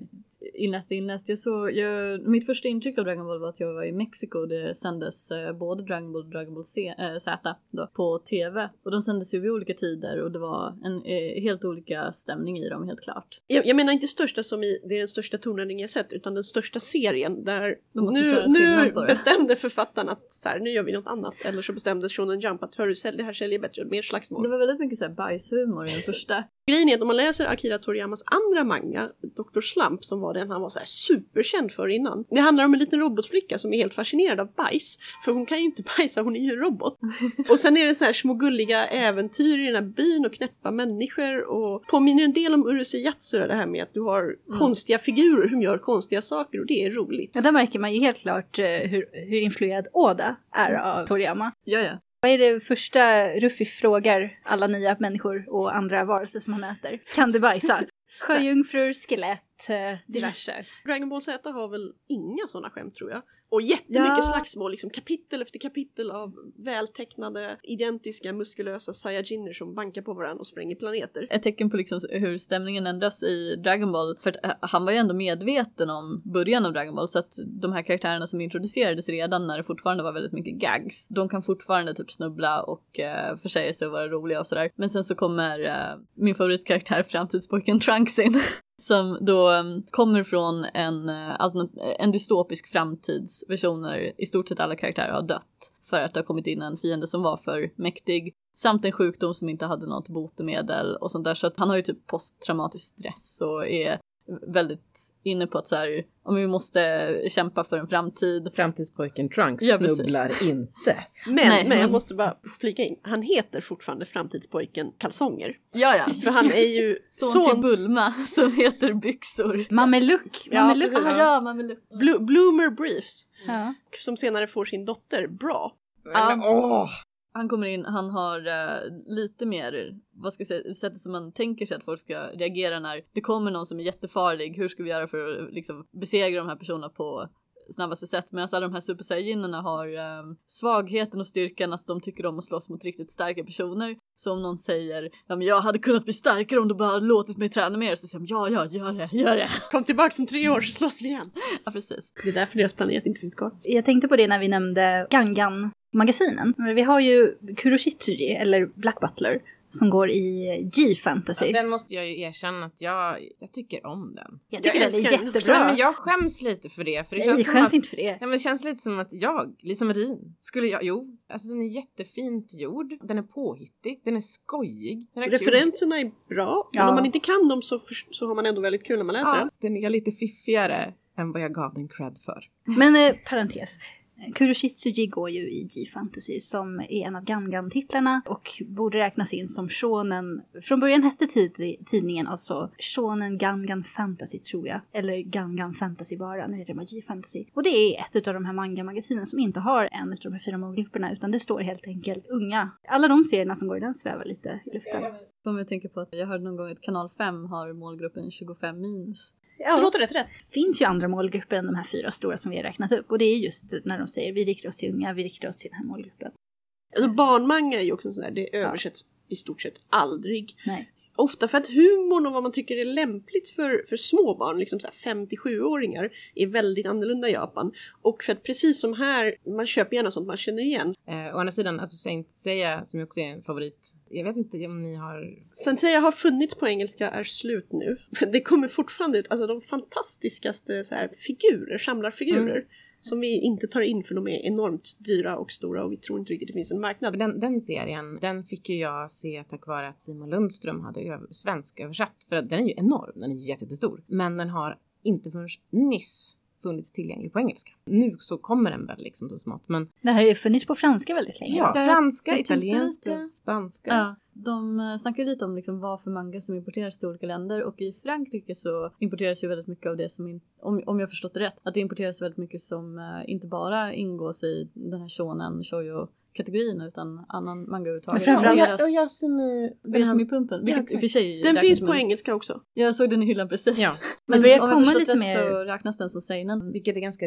inläst inläst. Jag såg, jag, mitt första intryck av Dragon Ball var att jag var i Mexiko. Det sändes eh, både Dragon Ball och Dragon Ball C, eh, Z då, på tv. Och de sändes ju vid olika tider och det var en eh, helt olika stämning i dem, helt klart. Jag, jag menar inte största som i det är den största tonräddning jag sett, utan den största serien där De måste nu, köra nu skillnad på det. bestämde författaren att så här, nu gör vi något annat. Eller så bestämde Shonen Jump att hör du, det här säljer bättre, mer slagsmål. Det var väldigt mycket så här bajshumor i den första. Grejen är att om man läser Akira Toriyamas andra manga, doktor Slump, som var den han var så här superkänd för innan. Det handlar om en liten robotflicka som är helt fascinerad av bajs. För hon kan ju inte bajsa, hon är ju en robot. Och sen är det så här små gulliga äventyr i den här byn och knäppa människor. Och påminner en del om Urusei Yatsura, det här med att du har mm. konstiga figurer som gör konstiga saker och det är roligt. Ja, där märker man ju helt klart uh, hur, hur influerad Oda är av Toriyama. Ja, ja. Vad är det första Ruffy frågar alla nya människor och andra varelser som han möter? Kan du bajsa? Sjöjungfrur, skelett, diverse. Dragon Ball Z har väl inga sådana skämt, tror jag. Och jättemycket ja. slagsmål, liksom kapitel efter kapitel av vältecknade, identiska, muskulösa saiyajiner som bankar på varandra och spränger planeter. Ett tecken på liksom hur stämningen ändras i Dragon Ball, för att han var ju ändå medveten om början av Dragon Ball, så att de här karaktärerna som introducerades redan när det fortfarande var väldigt mycket gags, de kan fortfarande typ snubbla och uh, försäga sig och vara roliga och sådär. Men sen så kommer uh, min favoritkaraktär, framtidspojken Trunks in. Som då um, kommer från en, uh, en dystopisk framtidsversion där i stort sett alla karaktärer har dött för att det har kommit in en fiende som var för mäktig. Samt en sjukdom som inte hade något botemedel och sånt där. Så att han har ju typ posttraumatisk stress och är väldigt inne på att så här, om vi måste kämpa för en framtid. Framtidspojken Trunks ja, snubblar inte. Men, Nej, men jag måste bara flika in. Han heter fortfarande Framtidspojken Kalsonger. Ja, ja. För han är ju son, son till Bulma som heter Byxor. Mameluk. Mameluk. Ja, ah, ja, Mameluk. Blo- Bloomer Briefs. Ja. Som senare får sin dotter Bra. Men, um, oh. Han kommer in, han har uh, lite mer, vad ska jag säga, sättet som man tänker sig att folk ska reagera när det kommer någon som är jättefarlig. Hur ska vi göra för att liksom, besegra de här personerna på snabbaste sätt? Medan alla de här super saiyajinerna har um, svagheten och styrkan att de tycker om att slåss mot riktigt starka personer. Så om någon säger, ja men jag hade kunnat bli starkare om du bara låtit mig träna mer, så säger de, ja ja, gör det, gör det. Kom tillbaka som tre år så slåss vi igen. Ja, precis. Det är därför deras planet inte finns kvar. Jag tänkte på det när vi nämnde Gangan-magasinen. Vi har ju Kuroshitsuji, eller Black Butler, som går i G-fantasy. Ja, den måste jag ju erkänna att jag, jag tycker om den. Jag tycker jag den är den jättebra. Nej, men jag skäms lite för det. För det Nej, känns skäms att, inte för det. Ja, men det känns lite som att jag, Lisa Marin, skulle jag, jo, alltså den är jättefint gjord, den är påhittig, den är skojig, den är referenserna kul. Är bra, ja. Men om man inte kan dem så, för, så har man ändå väldigt kul när man läser ja, den. Den är lite fiffigare än vad jag gav den cred för. Men eh, parentes. Kuroshitsuji går ju i G-fantasy som är en av Gangan-titlarna och borde räknas in som shonen. Från början hette tid- tidningen alltså Shonen Gangan Fantasy, tror jag. Eller Gangan Fantasy bara, nu är det bara G-fantasy. Och det är ett av de här manga-magasinen som inte har en av de här fyra målgrupperna, utan det står helt enkelt unga. Alla de serierna som går i den svävar lite i luften. Om jag tänker på att jag hörde någon gång att kanal fem har målgruppen tjugofem minus. Ja, det låter rätt rätt. Det finns ju andra målgrupper än de här fyra stora som vi har räknat upp. Och det är just när de säger vi riktar oss till unga, vi riktar oss till den här målgruppen. Alltså barnmanga är ju också sådär, det översätts ja. i stort sett aldrig. Nej. Ofta för att humorn och vad man tycker är lämpligt för, för små barn, liksom så här fem till sju-åringar, är väldigt annorlunda i Japan. Och för att precis som här, man köper gärna sånt man känner igen. Eh, å andra sidan, alltså Saint Seiya, som också är en favorit, jag vet inte om ni har... Saint Seiya har funnits på engelska, är slut nu. Det kommer fortfarande ut, alltså de fantastiskaste så här, figurer, samlarfigurer. Mm. Som vi inte tar in för de är enormt dyra och stora och vi tror inte riktigt det finns en marknad. Den, den serien, den fick ju jag se tack vare att Simon Lundström hade över, svensk översatt. För den är ju enorm, den är jättestor. Men den har inte förrän nyss funnits tillgänglig på engelska. Nu så kommer den väl liksom så smått. Men... Det har ju funnits på franska väldigt länge. Ja, jag, franska, jag italienska, spanska. Ja, de snackar lite om liksom vad för manga som importeras till olika länder. Och i Frankrike så importeras ju väldigt mycket av det som, in, om, om jag förstått det rätt, att det importeras väldigt mycket som uh, inte bara ingås i den här shonen, shoujo kategorin utan annan manga överhuvudtaget. Men framförallt och Yasumi, Yasumi-pumpen, vilket ja, i och för sig den finns på med. engelska också. Jag såg den i hyllan precis. Ja. Men det om jag komma förstått lite rätt mer... så räknas den som seinen. Vilket är ganska rimligt. Ja.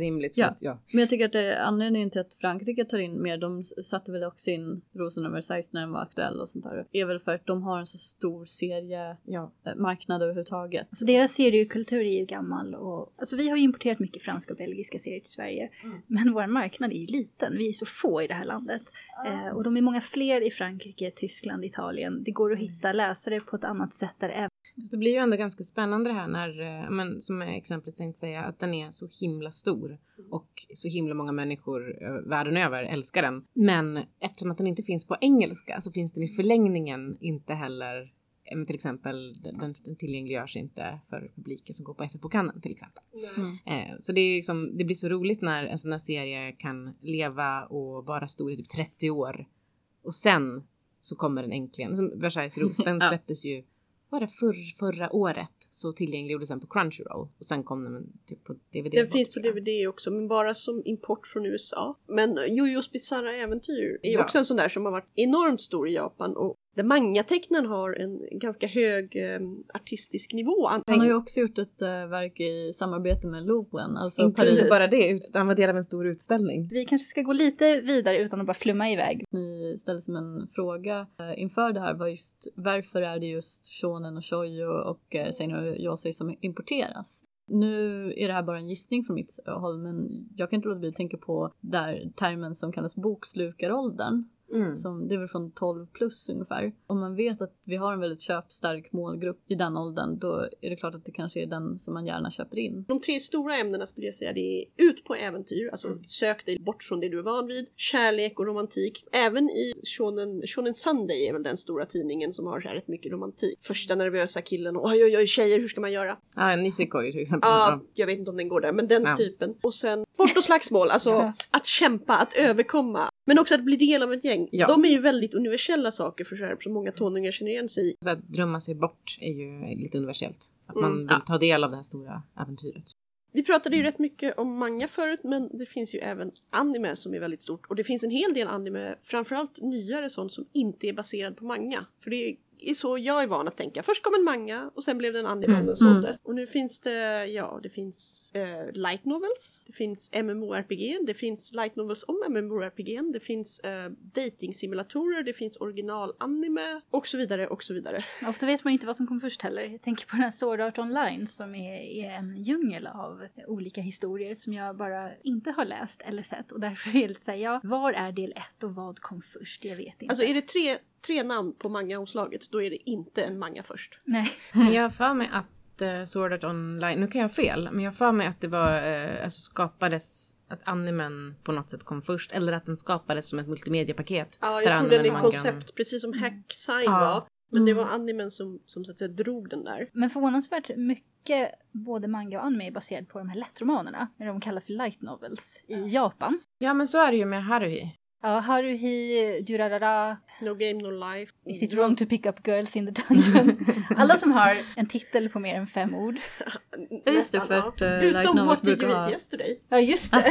Ja. ja. Men jag tycker att det är anledningen till att Frankrike tar in mer, de satte väl också in Rosa nummer sex när den var aktuell och sånt där, är väl för att de har en så stor serie Ja. marknad överhuvudtaget. Alltså deras seriekultur är ju gammal och alltså vi har ju importerat mycket franska och belgiska serier till Sverige. Mm. Men vår marknad är ju liten, vi är så få i det här landet. Mm. Eh, och de är många fler i Frankrike, Tyskland, Italien. Det går att hitta läsare på ett annat sätt där även. Det blir ju ändå ganska spännande det här när, men, som är exemplet tänkte säga, att den är så himla stor och så himla många människor uh, världen över älskar den. Men eftersom att den inte finns på engelska så finns den i förlängningen inte heller, till exempel den, den tillgängliggörs inte för publiken som går på S F Bokhandeln till exempel. Mm. Eh, så det, är liksom, det blir så roligt när en sån här serie kan leva och vara stor i typ trettio år och sen så kommer den äntligen, som Versailles Ros, den släpptes ju var det för, förra året så tillgängliggjordes den på Crunchyroll och sen kom den typ på D V D. Den finns på D V D också, men bara som import från U S A. Men Jojos Bizarra Äventyr är ja. också en sån där som har varit enormt stor i Japan och där manga-tecknaren har en ganska hög eh, artistisk nivå. Han har ju också gjort ett äh, verk i samarbete med Louvren, alltså inte Paris. bara det, han var del av en stor utställning. Vi kanske ska gå lite vidare utan att bara flumma iväg. Ni ställde som en fråga äh, inför det här var just varför är det just shonen och shoujo och äh, seinen och yosei som importeras? Nu är det här bara en gissning från mitt håll, men jag kan inte låta bli att tänka på där termen som kallas bokslukaråldern. Mm. Som, det är väl från tolv plus ungefär. Om man vet att vi har en väldigt köpstark målgrupp i den åldern, då är det klart att det kanske är den som man gärna köper in. De tre stora ämnena skulle jag säga, det är ut på äventyr, alltså mm. sök dig bort från det du är van vid, kärlek och romantik. Även i Shonen, Shonen Sunday är väl den stora tidningen som har så här rätt mycket romantik. Första nervösa killen och oj oj oj tjejer, hur ska man göra? Ja, ah, Nisekoi till exempel. Ja, jag vet inte om den går där, men den ja. typen. Och sen bort och slagsmål, alltså ja. att kämpa, att överkomma. Men också att bli del av ett gäng. Ja. De är ju väldigt universella saker för så här, så många tonåringar känner igen sig i. Så att drömma sig bort är ju lite universellt. Att Mm. man vill ta del av det här stora äventyret. Vi pratade ju rätt mycket om manga förut, men det finns ju även anime som är väldigt stort. Och det finns en hel del anime, framförallt nyare sånt som inte är baserad på manga. För det är är så jag är van att tänka. Först kom en manga och sen blev det en anime mm. och sålde. Mm. Och nu finns det, ja, det finns uh, light novels. Det finns MMORPG. Det finns light novels om MMORPG. Det finns uh, dating-simulatorer. Det finns original-anime. Och så vidare, och så vidare. Ofta vet man inte vad som kom först heller. Jag tänker på den här Sword Art Online som är, är en djungel av olika historier som jag bara inte har läst eller sett. Och därför är det lite såhär, ja, var är del ett och vad kom först? Jag vet inte. Alltså är det tre... tre namn på manga-omslaget, då är det inte en manga först. Nej. Men jag har för mig att uh, Sword Art Online, nu kan jag ha fel, men jag har för mig att det var, uh, alltså skapades, att animen på något sätt kom först, eller att den skapades som ett multimediapaket. Ja, jag tror det är koncept, precis som Hacksai mm. var. Men mm. det var animen som, som så att säga drog den där. Men förvånansvärt mycket, både manga och anime är baserad på de här lättromanerna, när de kallar för light novels i Japan. Ja, men så är det ju med Haruhi. Ja, Haruhi, Durarara. No game, no life. Is it wrong to pick up girls in the dungeon? Alla som har en titel på mer än fem ord. Just det, för att uh, utom Light Novels What Did You ha... Eat Yesterday. Ja, just det.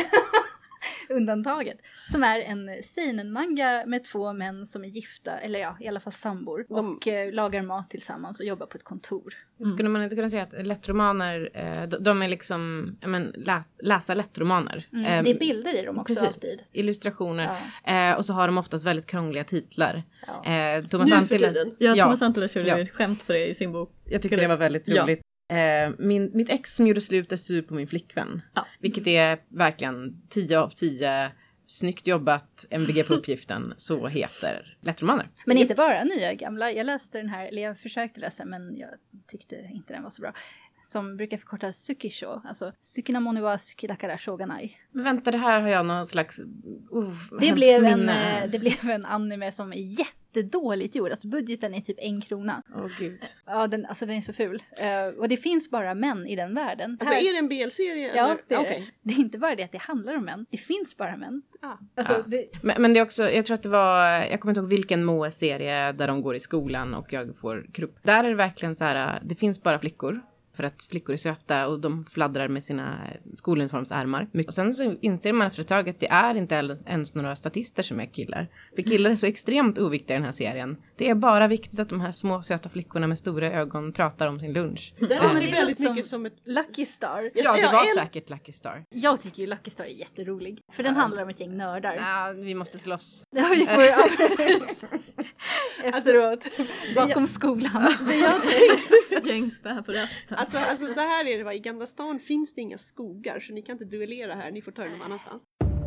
Undantaget. Som är en seinen-manga med två män som är gifta, eller ja, i alla fall sambor. De... Och eh, lagar mat tillsammans och jobbar på ett kontor. Mm. Skulle man inte kunna säga att lättromaner, eh, de, de är liksom, jag men, lä, läsa lättromaner. Mm, eh, det är bilder i dem också precis, alltid. Illustrationer. Ja. Eh, och så har de oftast väldigt krångliga titlar. Ja. Eh, Thomas Nu Antilles, ja, ja, Thomas Antilles körde ja. ett skämt på det i sin bok. Jag tyckte det var väldigt roligt. Ja. Eh, min, mitt ex som gjorde slut är sur på min flickvän. Ja. Vilket är verkligen tio av tio. Snyggt jobbat, M V G på uppgiften, så heter lättromaner. Men inte bara nya, gamla. Jag läste den här, eller jag försökte läsa, men jag tyckte inte den var så bra. Som brukar förkortas Tsukisho, alltså Tsukinamoni wa Tsukidakara shoganai. Men vänta, det här har jag någon slags uh, det, blev en, det blev en anime som är jättedåligt gjord. Alltså budgeten är typ en krona. Åh oh, gud. Ja, den, alltså den är så ful. Uh, och det finns bara män i den världen. Alltså här... är det en B L-serie? Ja, eller? det är okay. det. Det är inte bara det att det handlar om män. Det finns bara män. Ah. Alltså, ja. det... men, men det är också, jag tror att det var, jag kommer inte ihåg vilken Moe-serie där de går i skolan och jag får krupp. Där är det verkligen så här, det finns bara flickor. För att flickor är söta och de fladdrar med sina skoluniformsärmar. Och sen så inser man efter ett tag att det är inte ens några statister som är killar. För killar är så extremt oviktiga i den här serien. Det är bara viktigt att de här små söta flickorna med stora ögon pratar om sin lunch. Det Ja, låter men det är väldigt som mycket som ett... Lucky Star. Ja, det Ja, var en- säkert Lucky Star. Jag tycker ju Lucky Star är jätterolig. För den handlar om ett gäng nördar. Ja, vi måste slåss. Ja, vi får efteråt. Bakom skolan. Det jag tänkte... Gängspä på resten. Alltså, alltså så här är det, va? I Gamla stan finns det inga skogar så ni kan inte duellera här, ni får ta det någon annanstans.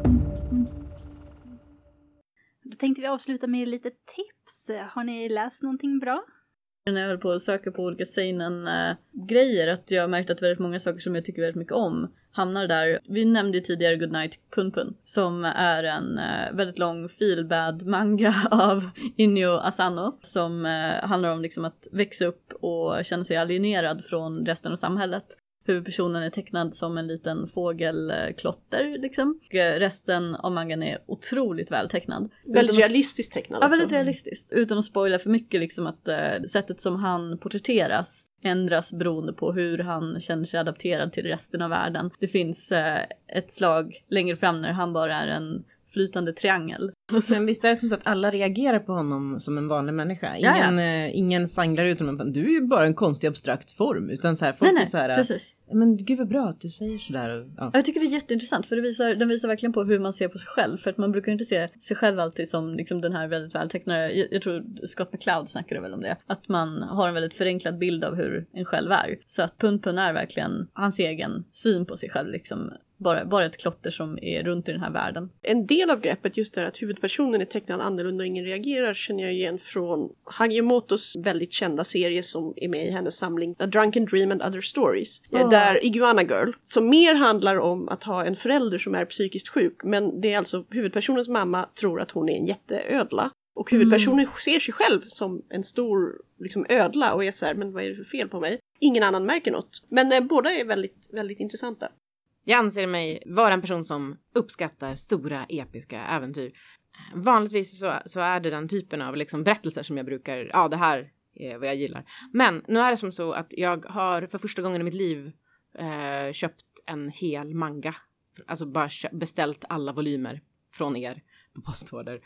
Då tänkte vi avsluta med lite tips. Har ni läst någonting bra? När jag höll på att söka på olika seinen-grejer att jag märkt att väldigt många saker som jag tycker väldigt mycket om hamnar där. Vi nämnde ju tidigare Goodnight Punpun som är en uh, väldigt lång feelbad manga av Inyo Asano som uh, handlar om liksom att växa upp och känna sig alienerad från resten av samhället. Huvudpersonen är tecknad som en liten fågelklotter liksom. Resten av mangan är otroligt vältecknad. Väldigt Utan att- realistiskt tecknad. Ja, väldigt realistiskt. Utan att spoila för mycket liksom att uh, sättet som han porträtteras ändras beroende på hur han känner sig adapterad till resten av världen. Det finns uh, ett slag längre fram när han bara är en flytande triangel. Men visst är det också så att alla reagerar på honom som en vanlig människa. Ingen, eh, ingen sanglar ut honom. Du är ju bara en konstig abstrakt form. Utan så här, folk Nej, nej, är så här, precis. men gud vad bra att du säger sådär. Och, ja. Jag tycker det är jätteintressant för det visar, den visar verkligen på hur man ser på sig själv. För att man brukar inte se sig själv alltid som liksom den här väldigt vältecknade. Jag, jag tror Scott McCloud snackade väl om det. Att man har en väldigt förenklad bild av hur en själv är. Så att Punpun är verkligen hans egen syn på sig själv. Liksom. Bara, bara ett klotter som är runt i den här världen. En del av greppet just är att huvudpersonen är tecknad annorlunda och ingen reagerar känner jag igen från Hagimotos väldigt kända serie som är med i hennes samling A Drunken Dream and Other Stories. Oh. Där Iguana Girl, som mer handlar om att ha en förälder som är psykiskt sjuk, men det är alltså huvudpersonens mamma tror att hon är en jätteödla. Och huvudpersonen mm. ser sig själv som en stor liksom, ödla och är så här, men vad är det för fel på mig? Ingen annan märker något. Men eh, båda är väldigt, väldigt intressanta. Jag anser mig vara en person som uppskattar stora episka äventyr. Vanligtvis så, så är det den typen av liksom berättelser som jag brukar, ja det här är vad jag gillar. Men nu är det som så att jag har för första gången i mitt liv eh, köpt en hel manga. Alltså bara kö- beställt alla volymer från er på postorder.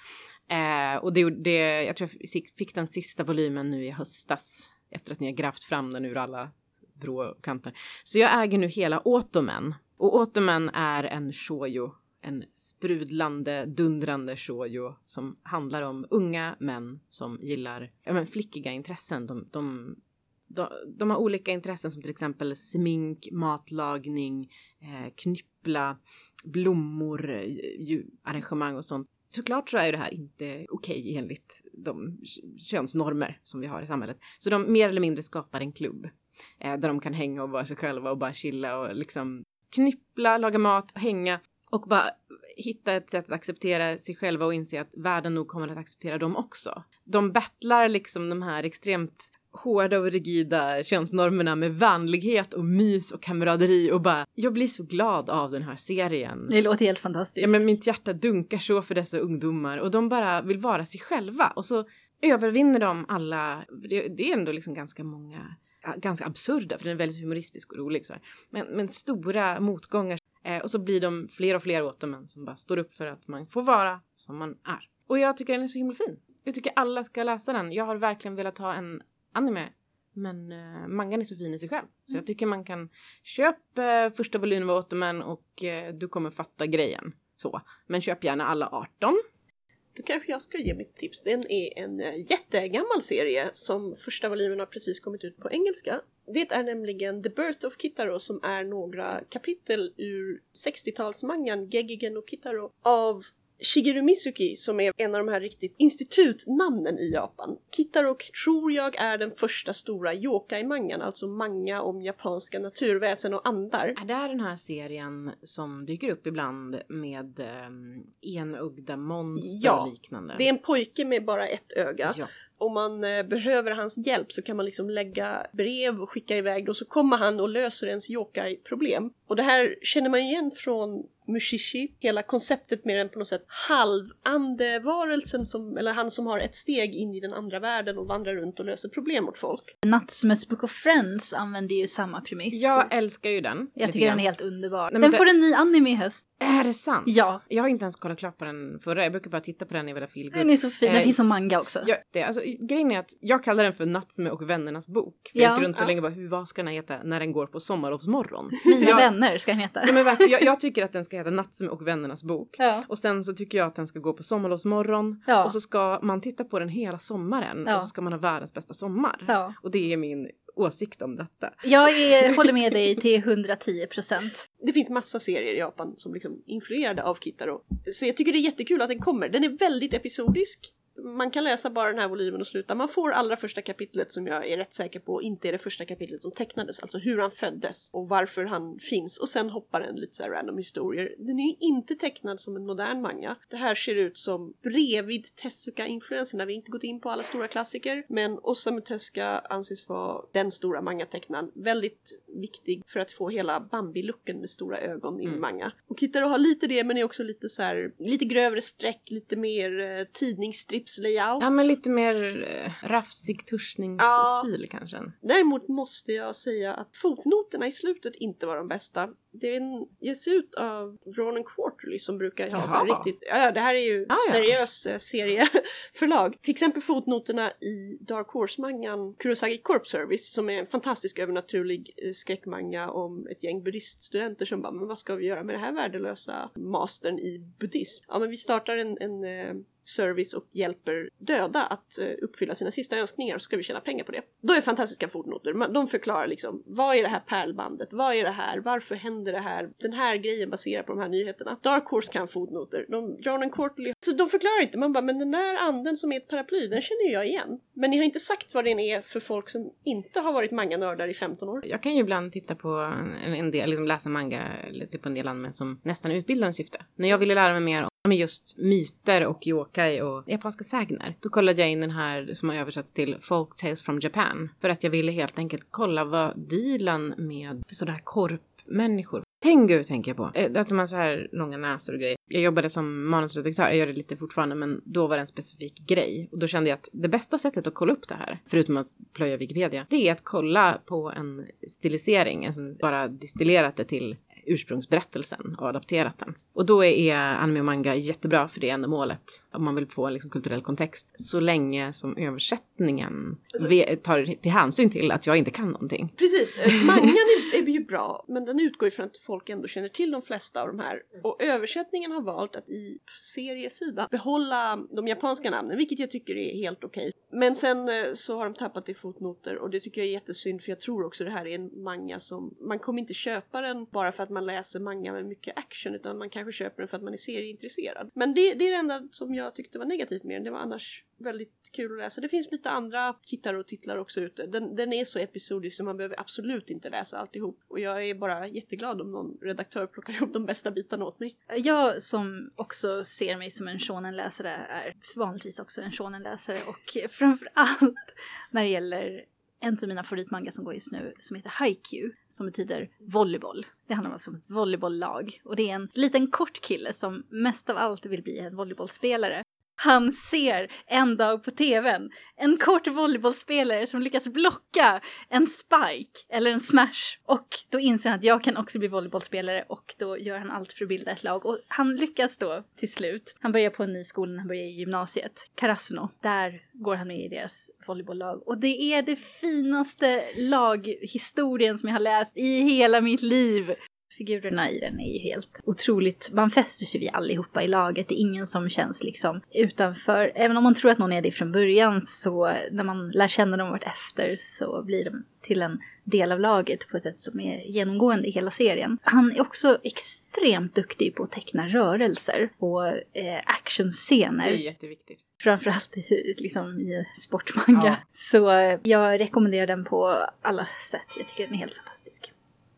Eh, och det, det, jag tror jag fick den sista volymen nu i höstas. Efter att ni har grävt fram den ur alla vrå och kanter. Så jag äger nu hela Otomen. Och Otomen är en shoujo. En sprudlande, dundrande shoujo som handlar om unga män som gillar ja, men flickiga intressen. De, de, de, de har olika intressen som till exempel smink, matlagning, eh, knyppla, blommor, ju, arrangemang och sånt. Såklart så är det här inte okej enligt de könsnormer som vi har i samhället. Så de mer eller mindre skapar en klubb eh, där de kan hänga och vara sig själva och bara chilla och liksom knyppla, laga mat, hänga. Och bara hitta ett sätt att acceptera sig själva och inse att världen nog kommer att acceptera dem också. De battlar liksom de här extremt hårda och rigida könsnormerna med vänlighet och mys och kameraderi och bara, jag blir så glad av den här serien. Det låter helt fantastiskt. Ja, men mitt hjärta dunkar så för dessa ungdomar och de bara vill vara sig själva och så övervinner de alla, det, det är ändå liksom ganska många, ganska absurda för den är väldigt humoristisk och rolig så här. Men, men stora motgångar. Eh, och så blir de fler och fler återmän som bara står upp för att man får vara som man är. Och jag tycker den är så himla fin. Jag tycker alla ska läsa den. Jag har verkligen velat ha en anime. Men eh, mangan är så fin i sig själv. Så jag tycker man kan köpa eh, första volymen av återmän och eh, du kommer fatta grejen. Så. Men köp gärna alla arton. Då kanske jag ska ge mitt tips. Den är en jättegammal serie som första volymen har precis kommit ut på engelska. Det är nämligen The Birth of Kitaro som är några kapitel ur sextiotalsmangan Gekigen no Kitaro av Shigeru Mizuki som är en av de här riktigt institutnamnen i Japan. Kitaro tror jag är den första stora yokai-mangan, alltså manga om japanska naturväsen och andar. Är det den här serien som dyker upp ibland med um, enögda monster ja, och liknande? Det är en pojke med bara ett öga. Ja. Om man eh, behöver hans hjälp så kan man liksom lägga brev och skicka iväg och så kommer han och löser ens yokai-problem. Och det här känner man igen från Mushishi. Hela konceptet med den på något sätt halvandevarelsen som, eller han som har ett steg in i den andra världen och vandrar runt och löser problem åt folk. Natsume's Book of Friends använder ju samma premiss. Jag älskar ju den. Jag tycker den är helt underbar. Nej, den det... får en ny anime i höst. Är det sant? Ja. Jag har inte ens kollat klart på den förra. Jag brukar bara titta på den i Villa Feelgood. Den är så fin. Den eh, finns som manga också. Jag, det, alltså, grejen är att jag kallar den för Natsume och vännernas bok. För Ja, jag gick runt så ja. länge bara, hur, vad ska den här heta när den går på sommarlovsmorgon? Mina jag, vänner ska den heta. Ja, men verkligen, jag, jag tycker att den ska heta Natsume och vännernas bok. Ja. Och sen så tycker jag att den ska gå på sommarlovsmorgon. Ja. Och så ska man titta på den hela sommaren. Ja. Och så ska man ha världens bästa sommar. Ja. Och det är min åsikt om detta. Jag är, håller med dig till hundratio procent. Det finns massa serier i Japan som liksom influerade av Kitaro. Så jag tycker det är jättekul att den kommer. Den är väldigt episodisk. Man kan läsa bara den här volymen och sluta. Man får allra första kapitlet som jag är rätt säker på inte är det första kapitlet som tecknades. Alltså hur han föddes och varför han finns. Och sen hoppar den lite så här random historier. Den är ju inte tecknad som en modern manga. Det här ser ut som bredvid Tezuka-influenserna. Vi har inte gått in på alla stora klassiker. Men Osamu Tezuka anses vara den stora manga-tecknaren. Väldigt viktig för att få hela Bambi-looken med stora ögon i Mm. manga. Och Kitaro har lite det, men är också lite så här, lite grövre streck, lite mer eh, tidningsstrips layout. Ja, men lite mer äh, rafsig tuschningsstil ja. kanske. Däremot måste jag säga att fotnoterna i slutet inte var de bästa. Det är en, ges ut av Ronan Quarterly som brukar ha så här riktigt... Ja, det här är ju ah, ja. seriös eh, serieförlag. Till exempel fotnoterna i Dark Horse-mangan Kurosagi Corp Service som är en fantastisk övernaturlig eh, skräckmanga om ett gäng buddhiststudenter som bara, men vad ska vi göra med det här värdelösa mastern i buddhism? Ja, men vi startar en... en eh, service och hjälper döda att uh, uppfylla sina sista önskningar och så ska vi tjäna pengar på det. Då är fantastiska fotnoter. De förklarar liksom, vad är det här pärlbandet? Vad är det här? Varför händer det här? Den här grejen baserar på de här nyheterna. Dark Horse kan fotnoter. De, Ronan Quarterly. Så de förklarar inte. Man bara, men den där anden som är ett paraply, den känner jag igen. Men ni har inte sagt vad den är för folk som inte har varit manga-nördar i femton år. Jag kan ju ibland titta på en, en del, liksom läsa manga lite på en del anime som nästan utbildande syfte. När jag ville lära mig mer om just myter och yokai och japanska sägner. Då kollade jag in den här som har översatts till Folk Tales from Japan. För att jag ville helt enkelt kolla vad dealen med sådär korpmänniskor. Tengu tänker jag på. Att de har så här långa näsor och grejer. Jag jobbade som manusredaktör, jag gör det lite fortfarande, men då var det en specifik grej. Och då kände jag att det bästa sättet att kolla upp det här, förutom att plöja Wikipedia, det är att kolla på en stilisering. Alltså bara distillerat det till ursprungsberättelsen och adapterat den. Och då är anime och manga jättebra för det ändamålet. Om man vill få en liksom kulturell kontext. Så länge som översättningen alltså, tar till hänsyn till att jag inte kan någonting. Precis, mangan är, är ju bra, men den utgår ifrån att folk ändå känner till de flesta av de här. Och översättningen har valt att i seriesidan behålla de japanska namnen, vilket jag tycker är helt okej. Men sen så har de tappat i fotnoter och det tycker jag är jättesynd, för jag tror också det här är en manga som man kommer inte köpa den bara för att man läser manga med mycket action, utan man kanske köper den för att man är serieintresserad. Men det, det är det enda som jag tyckte var negativt med den. Det var annars väldigt kul att läsa. Det finns lite andra titlar och titlar också ute. Den, den är så episodisk så man behöver absolut inte läsa alltihop. Och jag är bara jätteglad om någon redaktör plockar ihop de bästa bitarna åt mig. Jag som också ser mig som en shonen-läsare är vanligtvis också en shonen-läsare. Och framförallt när det gäller en av mina favoritmanga som går just nu som heter Haikyuu, som betyder volleyboll. Det handlar alltså om ett volleybolllag. Och det är en liten kort kille som mest av allt vill bli en volleybollspelare. Han ser en dag på tvn en kort volleybollspelare som lyckas blocka en spike eller en smash. Och då inser han att jag kan också bli volleybollspelare, och då gör han allt för att bilda ett lag. Och han lyckas då till slut. Han börjar på en ny skola, han börjar i gymnasiet. Karasuno. Där går han med i deras volleybolllag. Och det är det finaste laghistorien som jag har läst i hela mitt liv. Figurerna i den är ju helt otroligt. Man fäster sig vid allihopa i laget. Det är ingen som känns liksom utanför. Även om man tror att någon är det från början, så när man lär känna dem vart efter så blir de till en del av laget på ett sätt som är genomgående i hela serien. Han är också extremt duktig på att teckna rörelser och eh, actionscener. Det är jätteviktigt. Framförallt i, liksom, i sportmanga. Ja. Så eh, jag rekommenderar den på alla sätt. Jag tycker den är helt fantastisk.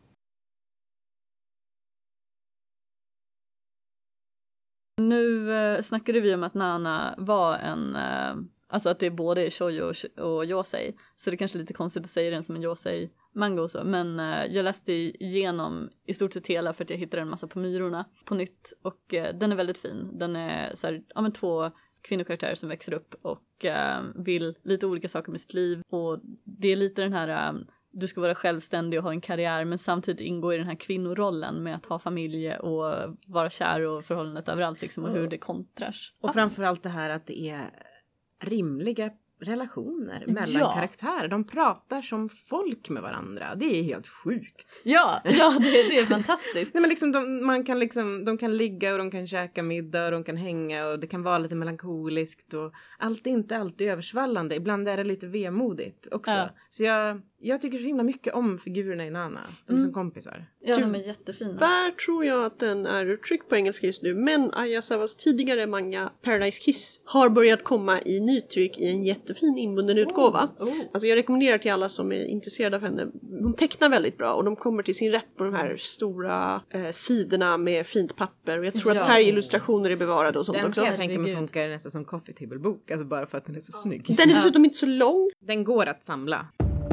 Nu eh, snackade vi om att Nana var en, eh, alltså att det är både shoujo och, och yosei, så det är kanske lite konstigt att säga den som en yosei manga och så, men eh, jag läste igenom i stort sett hela för att jag hittade en massa på Myrorna på nytt, och eh, den är väldigt fin. Den är så här, ja, men två kvinnokaraktärer som växer upp och eh, vill lite olika saker med sitt liv, och det är lite den här eh, du ska vara självständig och ha en karriär, men samtidigt ingå i den här kvinnorollen med att ha familj och vara kär och förhållandet överallt liksom, och hur det kontras. Och framförallt det här att det är rimliga relationer mellan Ja. karaktärer. De pratar som folk med varandra. Det är helt sjukt. Ja, ja det, det är fantastiskt. Nej, men liksom, de, man kan liksom, de kan ligga och de kan käka middag och de kan hänga och det kan vara lite melankoliskt och allt är inte alltid översvallande. Ibland är det lite vemodigt också. Ja. Så jag, jag tycker så himla mycket om figurerna i Nana. De Mm. som kompisar. Ja, de är jättefina. Där tror jag att den är uttryckt på engelska just nu, men Ayasawas tidigare manga Paradise Kiss har börjat komma i nytryck i en jättefin inbunden utgåva. Oh. Alltså jag rekommenderar till alla som är intresserade av henne. Hon tecknar väldigt bra och de kommer till sin rätt på de här stora eh, sidorna med fint papper. Och jag tror Ja. att färgillustrationer är bevarade och sånt Den också. kan jag tänka mig Herregud. funkar nästan som coffee table bok. Alltså bara för att den är så snygg. Den är dessutom inte så lång. Den går att samla.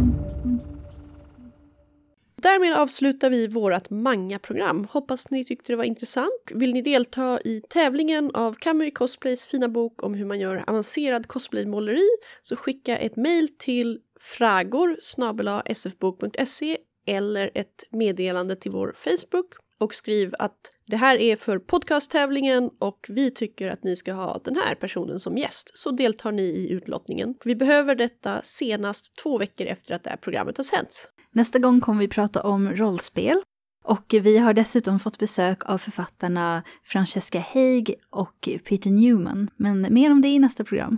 Därmed avslutar vi vårt manga-program. Hoppas ni tyckte det var intressant. Vill ni delta i tävlingen av Kamui Cosplays fina bok om hur man gör avancerad cosplaymåleri så skicka ett mejl till fragor snabel-a s f bok punkt se eller ett meddelande till vår Facebook och skriv att det här är för podcasttävlingen och vi tycker att ni ska ha den här personen som gäst. Så deltar ni i utlottningen. Vi behöver detta senast två veckor efter att det här programmet har sänds. Nästa gång kommer vi prata om rollspel. Och vi har dessutom fått besök av författarna Francesca Haig och Peter Newman. Men mer om det i nästa program.